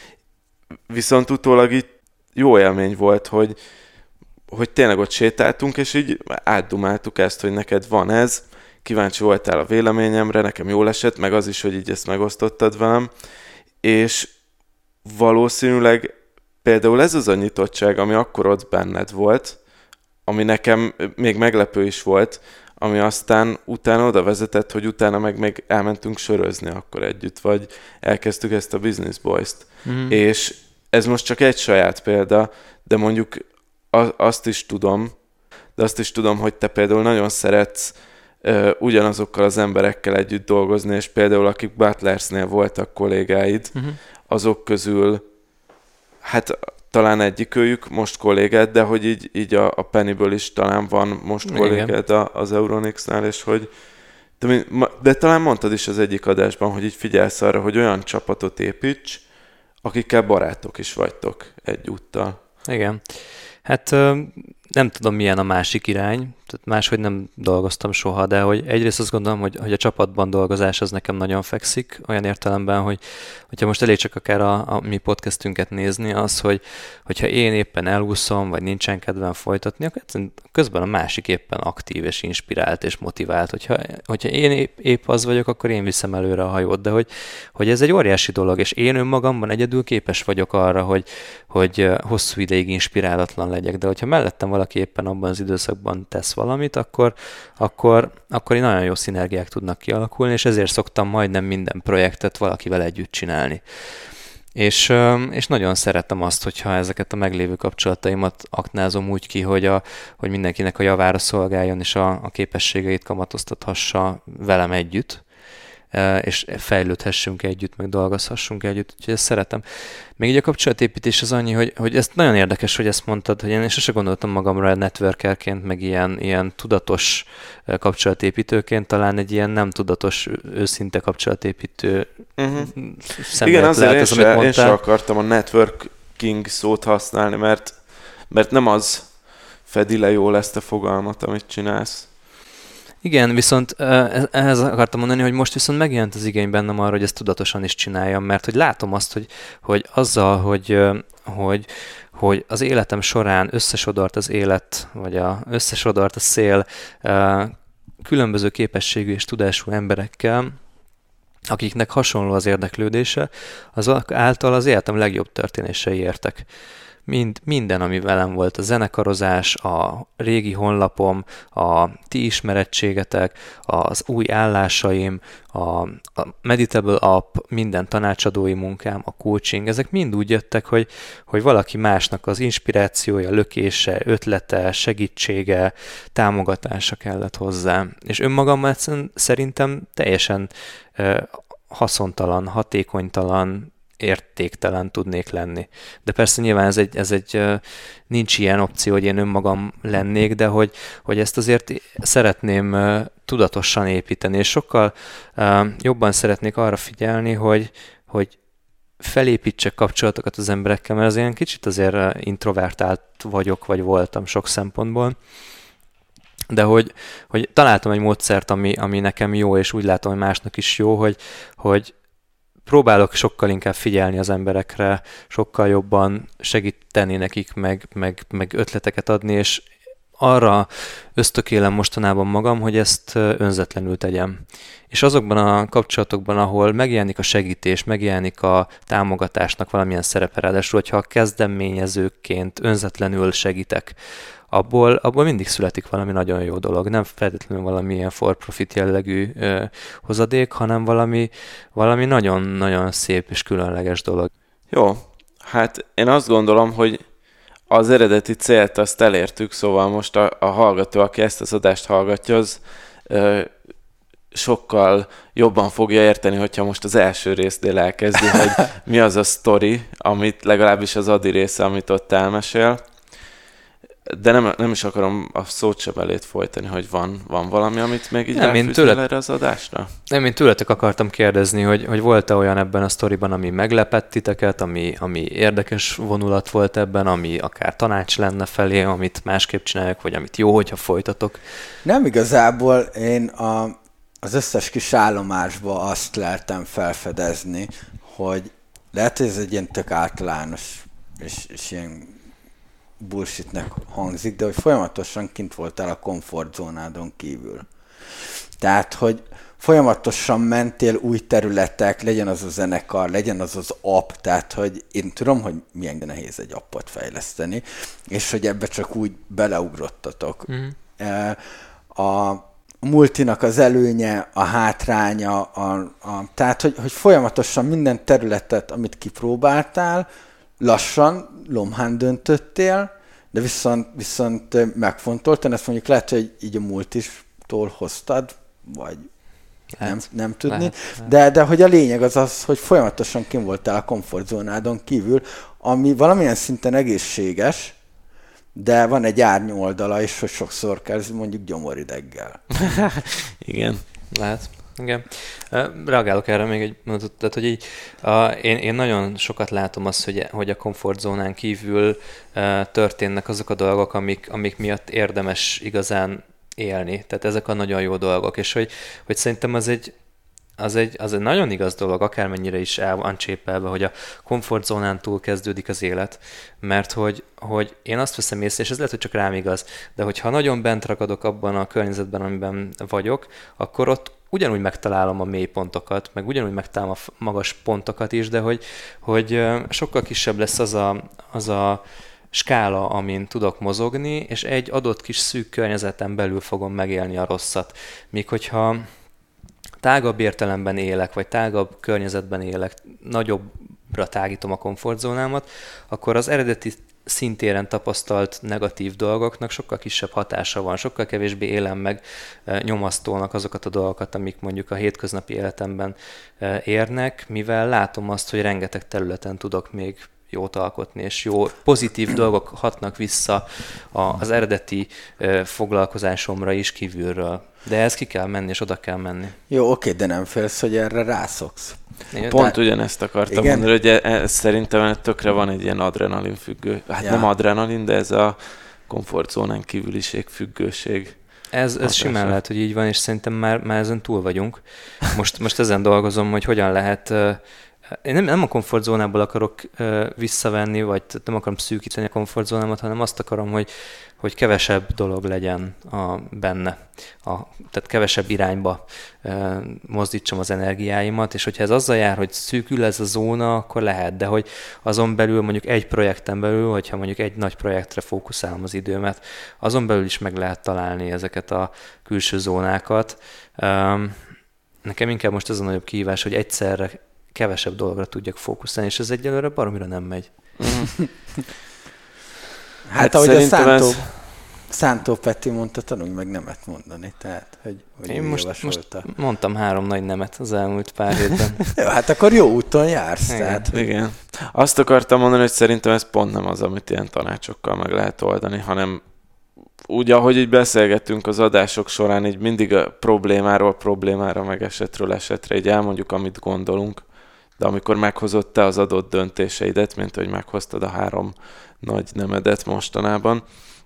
Viszont utólag így jó élmény volt, hogy, hogy tényleg ott sétáltunk, és így átdumáltuk ezt, hogy neked van ez, kíváncsi voltál a véleményemre, nekem jól esett, meg az is, hogy így ezt megosztottad velem, és valószínűleg például ez az a nyitottság, ami akkor ott benned volt, ami nekem még meglepő is volt, ami aztán utána oda vezetett, hogy utána meg még elmentünk sörözni akkor együtt, vagy elkezdtük ezt a Business Boys-t. Mm. És ez most csak egy saját példa, de mondjuk azt is tudom, de azt is tudom, hogy te például nagyon szeretsz uh, ugyanazokkal az emberekkel együtt dolgozni, és például akik Butlersnél voltak kollégáid, mm-hmm. azok közül, hát talán egyikőjük most kollégád, de hogy így, így a, a Pennyből is talán van most kollégád az Euronicsnál, és hogy de, de talán mondtad is az egyik adásban, hogy így figyelsz arra, hogy olyan csapatot építs, akikkel barátok is vagytok egyúttal. Igen. Hát nem tudom, milyen a másik irány, tehát máshogy nem dolgoztam soha, de hogy egyrészt azt gondolom, hogy, hogy a csapatban dolgozás az nekem nagyon fekszik, olyan értelemben, hogy hogyha most elég csak akár a, a mi podcastünket nézni, az, hogy hogyha én éppen elúszom, vagy nincsen kedvem folytatni, akkor közben a másik éppen aktív és inspirált és motivált. Hogyha, hogyha én épp, épp az vagyok, akkor én viszem előre a hajót, de hogy, hogy ez egy óriási dolog, és én önmagamban egyedül képes vagyok arra, hogy, hogy hosszú ideig inspirálatlan legyek, de hogyha mellettem valaki éppen abban az időszakban tesz valamit, akkor, akkor, akkor nagyon jó szinergiák tudnak kialakulni, és ezért szoktam majdnem minden projektet valakivel együtt csinálni. És, és nagyon szeretem azt, hogyha ezeket a meglévő kapcsolataimat aknázom úgy ki, hogy, a, hogy mindenkinek a javára szolgáljon, és a, a képességeit kamatoztathassa velem együtt, és fejlődhessünk együtt, meg dolgozhassunk együtt, úgyhogy ezt szeretem. Még így a kapcsolatépítés az annyi, hogy, hogy ezt nagyon érdekes, hogy ezt mondtad, hogy én sose gondoltam magamra networkerként, meg ilyen, ilyen tudatos kapcsolatépítőként, talán egy ilyen nem tudatos, őszinte kapcsolatépítő uh-huh. szemlélet. Igen, azért lehet, én, se, én se akartam a networking szót használni, mert, mert nem az fedi le jól ezt a fogalmat, amit csinálsz. Igen, viszont ehhez akartam mondani, hogy most viszont megjelent az igény bennem arra, hogy ezt tudatosan is csináljam, mert hogy látom azt, hogy, hogy azzal, hogy, hogy, hogy az életem során összesodort az élet, vagy a, összesodort a szél különböző képességű és tudású emberekkel, akiknek hasonló az érdeklődése, azok által az életem legjobb történései értek. Mind, minden, ami velem volt, a zenekarozás, a régi honlapom, a ti ismerettségetek, az új állásaim, a, a Meditable app, minden tanácsadói munkám, a coaching, ezek mind úgy jöttek, hogy, hogy valaki másnak az inspirációja, lökése, ötlete, segítsége, támogatása kellett hozzá. És önmagammal szerintem teljesen eh, haszontalan, hatékonytalan, értéktelen tudnék lenni. De persze nyilván ez egy, ez egy nincs ilyen opció, hogy én önmagam lennék, de hogy, hogy ezt azért szeretném tudatosan építeni, és sokkal jobban szeretnék arra figyelni, hogy, hogy felépítsek kapcsolatokat az emberekkel, mert az ilyen kicsit azért introvertált vagyok, vagy voltam sok szempontból, de hogy, hogy találtam egy módszert, ami, ami nekem jó, és úgy látom, hogy másnak is jó, hogy, hogy próbálok sokkal inkább figyelni az emberekre, sokkal jobban segíteni nekik, meg, meg, meg ötleteket adni, és arra ösztökélem mostanában magam, hogy ezt önzetlenül tegyem. És azokban a kapcsolatokban, ahol megjelenik a segítés, megjelenik a támogatásnak valamilyen szerepe, ráadásul, hogyha kezdeményezőként önzetlenül segítek, abból, abból mindig születik valami nagyon jó dolog. Nem feltétlenül valamilyen for-profit jellegű ö, hozadék, hanem valami, valami nagyon-nagyon szép és különleges dolog. Jó, hát én azt gondolom, hogy az eredeti célt azt elértük, szóval most a, a hallgató, aki ezt az adást hallgatja, az ö, sokkal jobban fogja érteni, hogyha most az első résznél elkezdi, hogy mi az a sztori, amit legalábbis az Adi része, amit ott elmesél. de nem, nem is akarom a szót sem elét folytani, hogy van, van valami, amit még így nem, elfűznél tőle... erre az adásra? Nem, én tőletek akartam kérdezni, hogy, hogy volt-e olyan ebben a sztoriban, ami meglepett titeket, ami, ami érdekes vonulat volt ebben, ami akár tanács lenne felé, amit másképp csinálják, vagy amit jó, hogyha folytatok? Nem igazából, én a, az összes kis állomásba azt leltem felfedezni, hogy lehet, hogy ez egy ilyen tök általános és, és ilyen bullshitnek hangzik, de hogy folyamatosan kint voltál a komfortzónádon kívül. Tehát, hogy folyamatosan mentél új területek, legyen az a zenekar, legyen az az app, tehát, hogy én tudom, hogy milyen nehéz egy appot fejleszteni, és hogy ebbe csak úgy beleugrottatok. Mm. A multinak az előnye, a hátránya, a, a, tehát, hogy, hogy folyamatosan minden területet, amit kipróbáltál, lassan, lomhán döntöttél, de viszont, viszont megfontoltan, ezt mondjuk lehet, hogy így a multistól hoztad, vagy nem, nem tudni, lehet, lehet. De, de hogy a lényeg az az, hogy folyamatosan kim voltál a komfortzónádon kívül, ami valamilyen szinten egészséges, de van egy árnyú oldala is, hogy sokszor kezd mondjuk gyomorideggel. Igen. Lehet. Igen. Reagálok erre még egy mondatot, tehát, hogy így, a, én, én nagyon sokat látom azt, hogy, hogy a komfortzónán kívül uh, történnek azok a dolgok, amik, amik miatt érdemes igazán élni. Tehát ezek a nagyon jó dolgok, és hogy, hogy szerintem az egy, az, egy, az egy nagyon igaz dolog, akármennyire is el van csépelve, hogy a komfortzónán túl kezdődik az élet, mert hogy, hogy én azt veszem észre, és ez lehet, hogy csak rám igaz, de hogyha nagyon bent ragadok abban a környezetben, amiben vagyok, akkor ott ugyanúgy megtalálom a mély pontokat, meg ugyanúgy megtalálom a magas pontokat is, de hogy, hogy sokkal kisebb lesz az a, az a skála, amin tudok mozogni, és egy adott kis szűk környezeten belül fogom megélni a rosszat. Míg hogyha tágabb értelemben élek, vagy tágabb környezetben élek, nagyobbra tágítom a komfortzónámat, akkor az eredeti szintéren tapasztalt negatív dolgoknak sokkal kisebb hatása van, sokkal kevésbé élem meg nyomasztónak azokat a dolgokat, amik mondjuk a hétköznapi életemben érnek, mivel látom azt, hogy rengeteg területen tudok még jót alkotni, és jó, pozitív dolgok hatnak vissza az eredeti foglalkozásomra is kívülről. De ez ki kell menni, és oda kell menni. Jó, oké, de nem félsz, hogy erre rászoksz. Igen, Pont de... ugyanezt akartam igen? mondani, hogy ez szerintem tökre van egy ilyen adrenalin függő. Hát ja. Nem adrenalin, de ez a komfortzónán kívüliség függőség. Ez, ez simán lehet, hogy így van, és szerintem már, már ezen túl vagyunk. Most, most ezen dolgozom, hogy hogyan lehet... Én nem, nem a komfortzónából akarok uh, visszavenni, vagy nem akarom szűkíteni a komfortzónámat, hanem azt akarom, hogy, hogy kevesebb dolog legyen a, benne. A, tehát kevesebb irányba uh, mozdítsam az energiáimat, és hogyha ez azzal jár, hogy szűkül ez a zóna, akkor lehet, de hogy azon belül mondjuk egy projekten belül, hogyha mondjuk egy nagy projektre fókuszálom az időmet, azon belül is meg lehet találni ezeket a külső zónákat. Um, nekem inkább most ez a nagyobb kihívás, hogy egyszerre kevesebb dologra tudjak fókuszálni, és ez egyelőre baromira nem megy. Mm. hát, hát ahogy a Szántó, ez... Szántó Peti mondta, tanulj meg nemet mondani, tehát, hogy, hogy én most, most mondtam három nagy nemet az elmúlt pár hétben. Jó, hát akkor jó úton jársz. Igen. Tehát, hogy... Igen. Azt akartam mondani, hogy szerintem ez pont nem az, amit ilyen tanácsokkal meg lehet oldani, hanem úgy, ahogy így beszélgettünk az adások során, így mindig a problémáról problémára, meg esetről esetre, így elmondjuk, amit gondolunk, de amikor meghozod te az adott döntéseidet, mint hogy meghoztad a három nagy nemedet mostanában,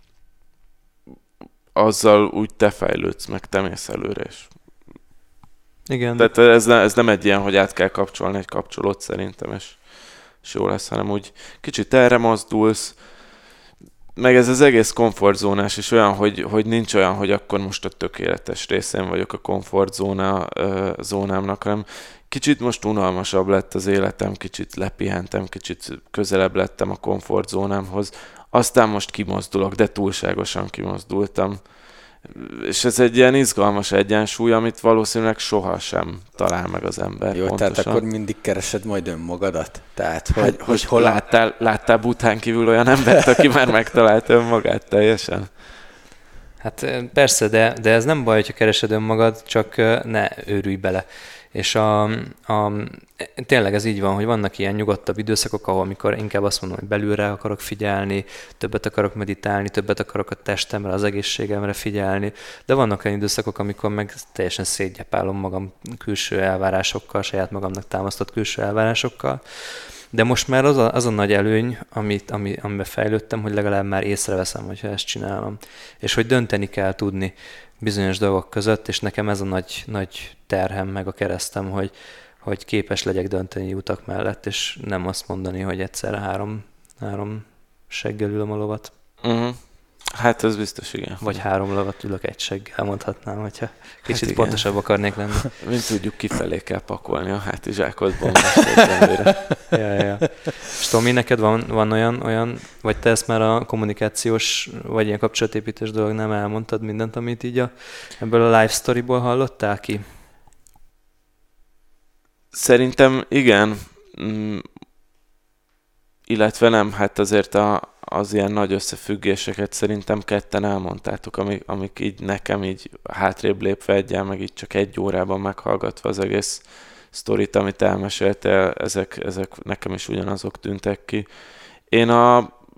azzal úgy te fejlődsz, meg te mész előre is. Igen. Tehát ez, ne, ez nem egy ilyen, hogy át kell kapcsolni egy kapcsolót szerintem, és, és jó lesz, hanem úgy kicsit erre mozdulsz, meg ez az egész komfortzónás is olyan, hogy, hogy nincs olyan, hogy akkor most a tökéletes részén vagyok a komfortzóna uh, zónámnak, hanem kicsit most unalmasabb lett az életem, kicsit lepihentem, kicsit közelebb lettem a komfortzónámhoz. Aztán most kimozdulok, de túlságosan kimozdultam. És ez egy ilyen izgalmas egyensúly, amit valószínűleg sohasem talál meg az ember. Jó, pontosan. Tehát akkor mindig keresed majd önmagadat? Tehát, hogy, hát, hogy hol láttál, láttál Bután kívül olyan embert, aki már megtalálta önmagát teljesen? Hát persze, de, de ez nem baj, hogyha keresed önmagad, csak ne őrülj bele. És a, a, tényleg ez így van, hogy vannak ilyen nyugodtabb időszakok, ahol amikor inkább azt mondom, hogy belülre akarok figyelni, többet akarok meditálni, többet akarok a testemre, az egészségemre figyelni, de vannak olyan időszakok, amikor meg teljesen szétgyepálom magam külső elvárásokkal, saját magamnak támasztott külső elvárásokkal. De most már az a, az a nagy előny, amit, ami, amiben fejlődtem, hogy legalább már észreveszem, hogyha ezt csinálom. És hogy dönteni kell tudni bizonyos dolgok között, és nekem ez a nagy, nagy terhem, meg a keresztem, hogy, hogy képes legyek dönteni utak mellett, és nem azt mondani, hogy egyszerre három, három seggel ülöm a lovat. Uh-huh. Hát ez biztos, igen. Vagy három lovat ülök egy seggel, mondhatnám, hogyha kicsit hát pontosabb akarnék lenni. Mint tudjuk, kifelé kell pakolni a hátizsákodból most egyelőre. ja, ja. És Tomi, neked van, van olyan, olyan, vagy te ezt már a kommunikációs, vagy ilyen kapcsolatépítős dolog nem elmondtad mindent, amit így a, ebből a live storyból hallottál ki? Szerintem igen. Mm, illetve nem, hát azért a az ilyen nagy összefüggéseket szerintem ketten elmondtátok, amik, amik így nekem így hátrébb lépve egyel, meg így csak egy órában meghallgatva az egész sztorit, amit elmeséltél, ezek, ezek nekem is ugyanazok tűntek ki. Én a,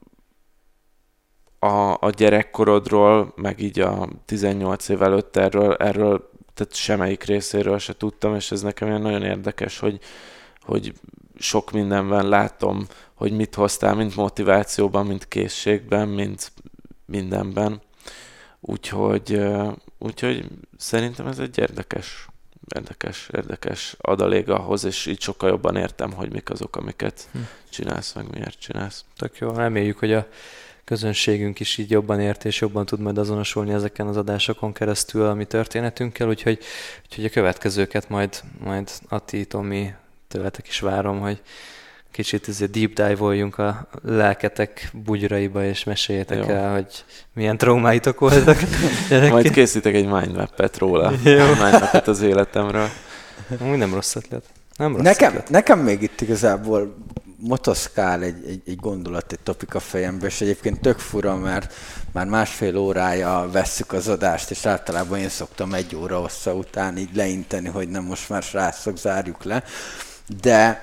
a, a gyerekkorodról, meg így a tizennyolc év előtt erről, erről tehát semmelyik részéről se tudtam, és ez nekem ilyen nagyon érdekes, hogy, hogy sok mindenben látom, hogy mit hoztál, mint motivációban, mint készségben, mint mindenben. Úgyhogy, úgyhogy szerintem ez egy érdekes, érdekes, érdekes adalék ahhoz, és így sokkal jobban értem, hogy mik azok, amiket hm. csinálsz, meg miért csinálsz. Tök jó, reméljük, hogy a közönségünk is így jobban ért, és jobban tud majd azonosulni ezeken az adásokon keresztül a mi történetünkkel, úgyhogy, úgyhogy a következőket majd, majd Atti, Tomi, tőletek is várom, hogy kicsit azért deep dive-oljunk a lelketek bugyraiba, és meséljétek Jó. el, hogy milyen traumáitok voltak. Majd készítek egy mindmap-et róla. Mindmap-et az életemről. Úgy nem rossz ötlet. Nem rossz nekem, ötlet. nekem még itt igazából motoszkál egy, egy, egy gondolat, egy topik a fejembe, és egyébként tök fura, mert már másfél órája vesszük az adást, és általában én szoktam egy óra hossza után így leinteni, hogy nem most már srácok, zárjuk le. De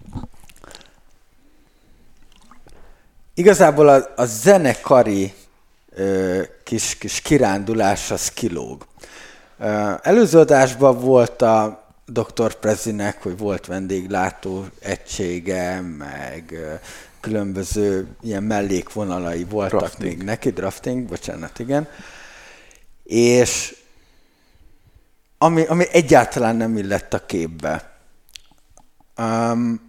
igazából a, a zenekari ö, kis, kis kirándulás az kilóg. Ö, előző adásban volt a doktor Prezinek, hogy volt vendéglátó egysége, meg ö, különböző ilyen mellékvonalai voltak drafting. Még neki, drafting, bocsánat, igen. És ami, ami egyáltalán nem illett a képbe. Um,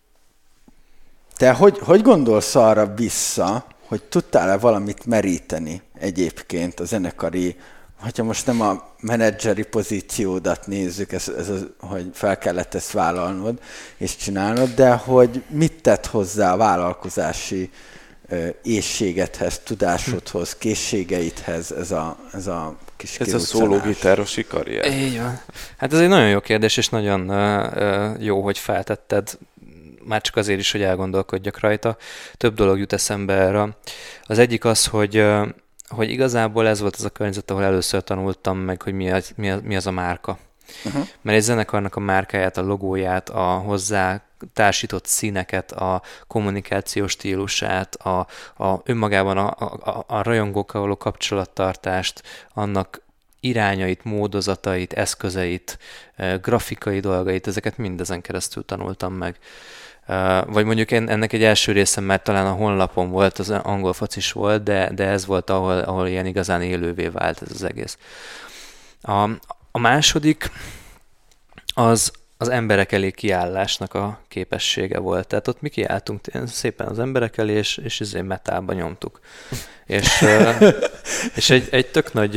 Te hogy, hogy gondolsz arra vissza, hogy tudtál-e valamit meríteni egyébként a zenekari, hogyha most nem a menedzseri pozíciódat nézzük, ez, ez az, hogy fel kellett ezt vállalnod és csinálnod, de hogy mit tett hozzá a vállalkozási ö, észségedhez, tudásodhoz, készségeidhez ez a, ez a kis Ez a szólógitárosi karrier. Így van. Hát ez egy nagyon jó kérdés, és nagyon uh, jó, hogy feltetted. Már csak azért is, hogy elgondolkodjak rajta. Több dolog jut eszembe erre. Az egyik az, hogy, hogy igazából ez volt az a környezet, ahol először tanultam meg, hogy mi az, mi az, mi az a márka. Uh-huh. Mert egy zenekarnak a márkáját, a logóját, a hozzá társított színeket, a kommunikációs stílusát, a, a önmagában a, a, a rajongókkal való kapcsolattartást, annak irányait, módozatait, eszközeit, grafikai dolgait, ezeket mindezen keresztül tanultam meg. Vagy mondjuk ennek egy első része, mert talán a honlapon volt, az angol focis volt, de, de ez volt, ahol, ahol ilyen igazán élővé vált ez az egész. A, a második az az emberek elé kiállásnak a képessége volt. Tehát ott mi kiálltunk szépen az emberek elé, és, és ezért metálba nyomtuk. És, és egy, egy tök nagy,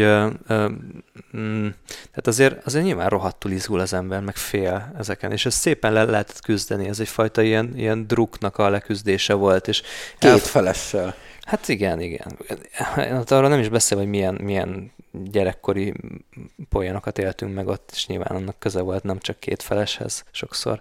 tehát azért, azért nyilván rohadtul izgul az ember, meg fél ezeken, és ezt szépen le lehetett küzdeni, ez egyfajta ilyen, ilyen druknak a leküzdése volt. És Két el... felessel. Hát igen, igen. Hát arra nem is beszél, hogy milyen, milyen gyerekkori poénokat éltünk meg ott, és nyilván annak köze volt nem csak két feleshez sokszor.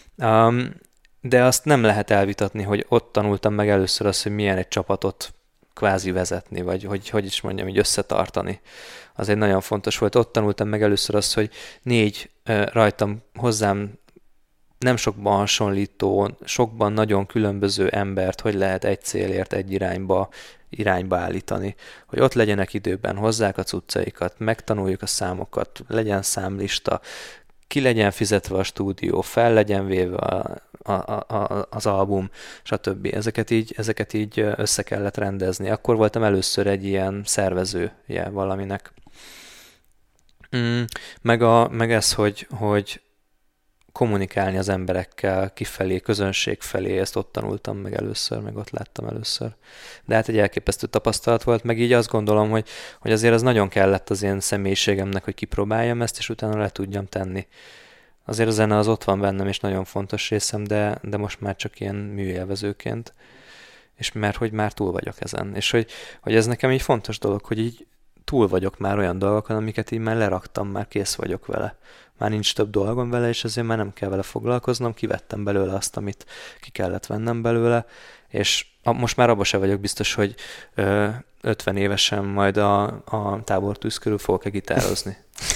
Um, de azt nem lehet elvitatni, hogy ott tanultam meg először azt, hogy milyen egy csapatot kvázi vezetni, vagy hogy, hogy is mondjam, így összetartani. Az egy nagyon fontos volt. Ott tanultam meg először azt, hogy négy rajtam hozzám nem sokban hasonlító, sokban nagyon különböző embert, hogy lehet egy célért, egy irányba, irányba állítani. Hogy ott legyenek időben, hozzák a cuccaikat, megtanuljuk a számokat, legyen számlista, ki legyen fizetve a stúdió, fel legyen véve a, a, a, az album, stb. Ezeket így, ezeket így össze kellett rendezni. Akkor voltam először egy ilyen szervezője valaminek. Mm, meg, a, meg ez, hogy, hogy kommunikálni az emberekkel kifelé, közönség felé, ezt ott tanultam meg először, meg ott láttam először. De hát egy elképesztő tapasztalat volt, meg így azt gondolom, hogy, hogy azért az nagyon kellett az én személyiségemnek, hogy kipróbáljam ezt, és utána le tudjam tenni. Azért a zene az ott van bennem, és nagyon fontos részem, de, de most már csak ilyen műélvezőként. És mert hogy már túl vagyok ezen. És hogy, hogy ez nekem így fontos dolog, hogy így túl vagyok már olyan dolgokon, amiket így már leraktam, már kész vagyok vele. Már nincs több dolgom vele, és ezért már nem kell vele foglalkoznom, kivettem belőle azt, amit ki kellett vennem belőle, és a, most már abban sem vagyok biztos, hogy ö, ötven évesen majd a, a tábortűz körül fogok-e gitározni.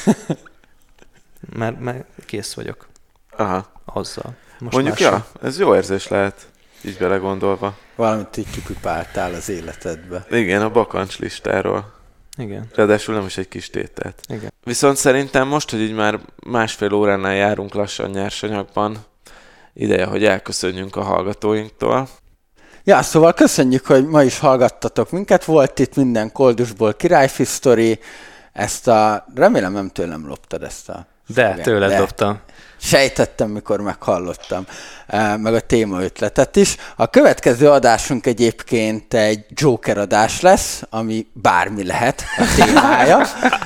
Már, már kész vagyok. Aha. Azzal. Most mondjuk, ja, ez jó érzés lehet, így belegondolva. Valamit így kipipáltál az életedbe. Igen, a bakancs listáról. Igen. Ráadásul nem is egy kis tételt. Igen. Viszont szerintem most, hogy így már másfél óránál járunk lassan nyersanyagban, ideje, hogy elköszönjünk a hallgatóinktól. Ja, szóval köszönjük, hogy ma is hallgattatok minket. Volt itt minden koldusból királyfi sztori. Ezt a... Remélem nem tőlem loptad ezt a... De, igen, tőled de. dobtam. Sejtettem, mikor meghallottam, meg a témaötletet is. A következő adásunk egyébként egy Joker adás lesz, ami bármi lehet a témája.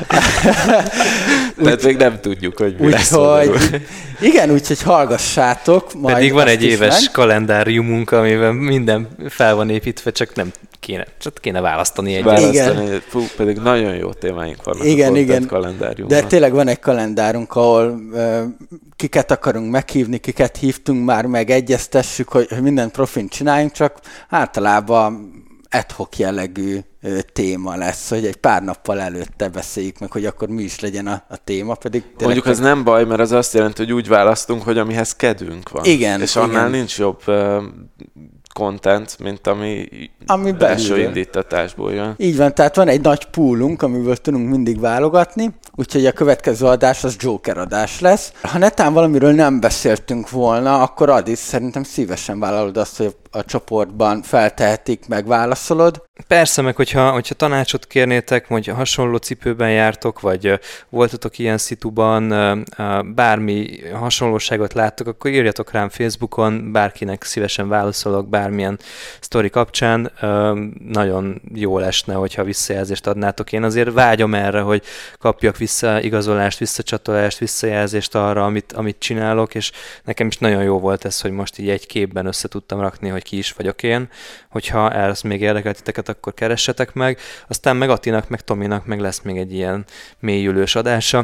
Tehát még nem tudjuk, hogy mi úgy, lesz. Hogy, igen, úgyhogy hallgassátok. Majd pedig van egy éves meg. kalendáriumunk, amiben minden fel van építve, csak nem kéne, csak kéne választani egy. Választani, fú, pedig nagyon jó témáink vannak igen, a igen. kalendáriumban. De tényleg van egy kalendárunk, ahol uh, kiket akarunk meghívni, kiket hívtunk már meg, egyeztessük, hogy, hogy minden profin csináljunk, csak általában ad hoc jellegű uh, téma lesz, hogy egy pár nappal előtte beszéljük meg, hogy akkor mi is legyen a, a téma, pedig... Mondjuk az nem baj, mert az azt jelenti, hogy úgy választunk, hogy amihez kedvünk van. Igen. És annál igen. nincs jobb uh, content, mint ami, ami első indítatásból jön. Így van, tehát van egy nagy poolunk, amiből tudunk mindig válogatni, úgyhogy a következő adás az Joker adás lesz. Ha netán valamiről nem beszéltünk volna, akkor Adi, szerintem szívesen vállalod azt, hogy a csoportban feltehetik, meg válaszolod. Persze, meg hogyha, hogyha tanácsot kérnétek, vagy hasonló cipőben jártok, vagy uh, voltatok ilyen szituban, uh, uh, bármi hasonlóságot láttok, akkor írjatok rám Facebookon, bárkinek szívesen válaszolok bármilyen sztori kapcsán. Uh, nagyon jól esne, hogyha visszajelzést adnátok. Én azért vágyom erre, hogy kapjak visszaigazolást, visszacsatolást, visszajelzést arra, amit, amit csinálok, és nekem is nagyon jó volt ez, hogy most így egy képben össze tudtam rakni, hogy ki is vagyok én. Hogyha ezt még érdekel titeket, akkor keressetek meg. Aztán meg Attinak, meg Tominak meg lesz még egy ilyen mélyülős adása.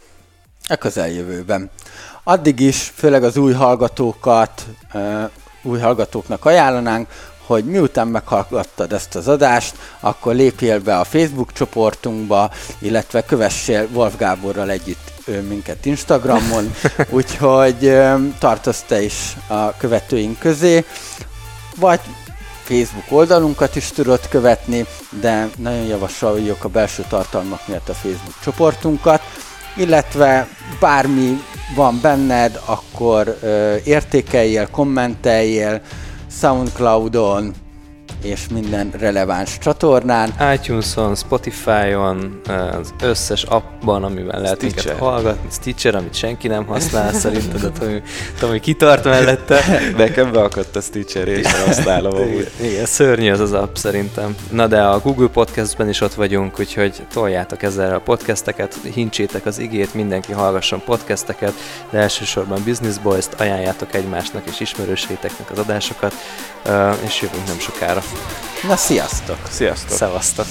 A közeljövőben. Addig is, főleg az új hallgatókat, uh, új hallgatóknak ajánlanánk, hogy miután meghallgattad ezt az adást, akkor lépjél be a Facebook csoportunkba, illetve kövessél Wolf Gáborral együtt minket Instagramon, úgyhogy um, tartozz te is a követőink közé, vagy Facebook oldalunkat is tudod követni, de nagyon javasoljuk a belső tartalmak miatt a Facebook csoportunkat, illetve bármi van benned, akkor ö, értékeljél, kommenteljél SoundCloudon és minden releváns csatornán. iTunes-on, Spotify-on, az összes appban, amiben lehet minket hallgatni. Stitcher, amit senki nem használ, szerinted, a Tomi, Tomi kitart mellette. Nekem beakadt a Stitcher, és használom amúgy. Igen, szörnyű az az app szerintem. Na de a Google Podcastben is ott vagyunk, úgyhogy toljátok ezzel a podcasteket, hincsétek az igét, mindenki hallgasson podcasteket, de elsősorban Business Boys-t, ajánljátok egymásnak és ismerőseiteknek az adásokat, és jövünk nem sokára. Na, sziasztok! Sziasztok! Szevasztok!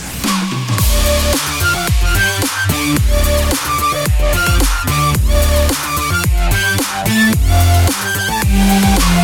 We'll be right back.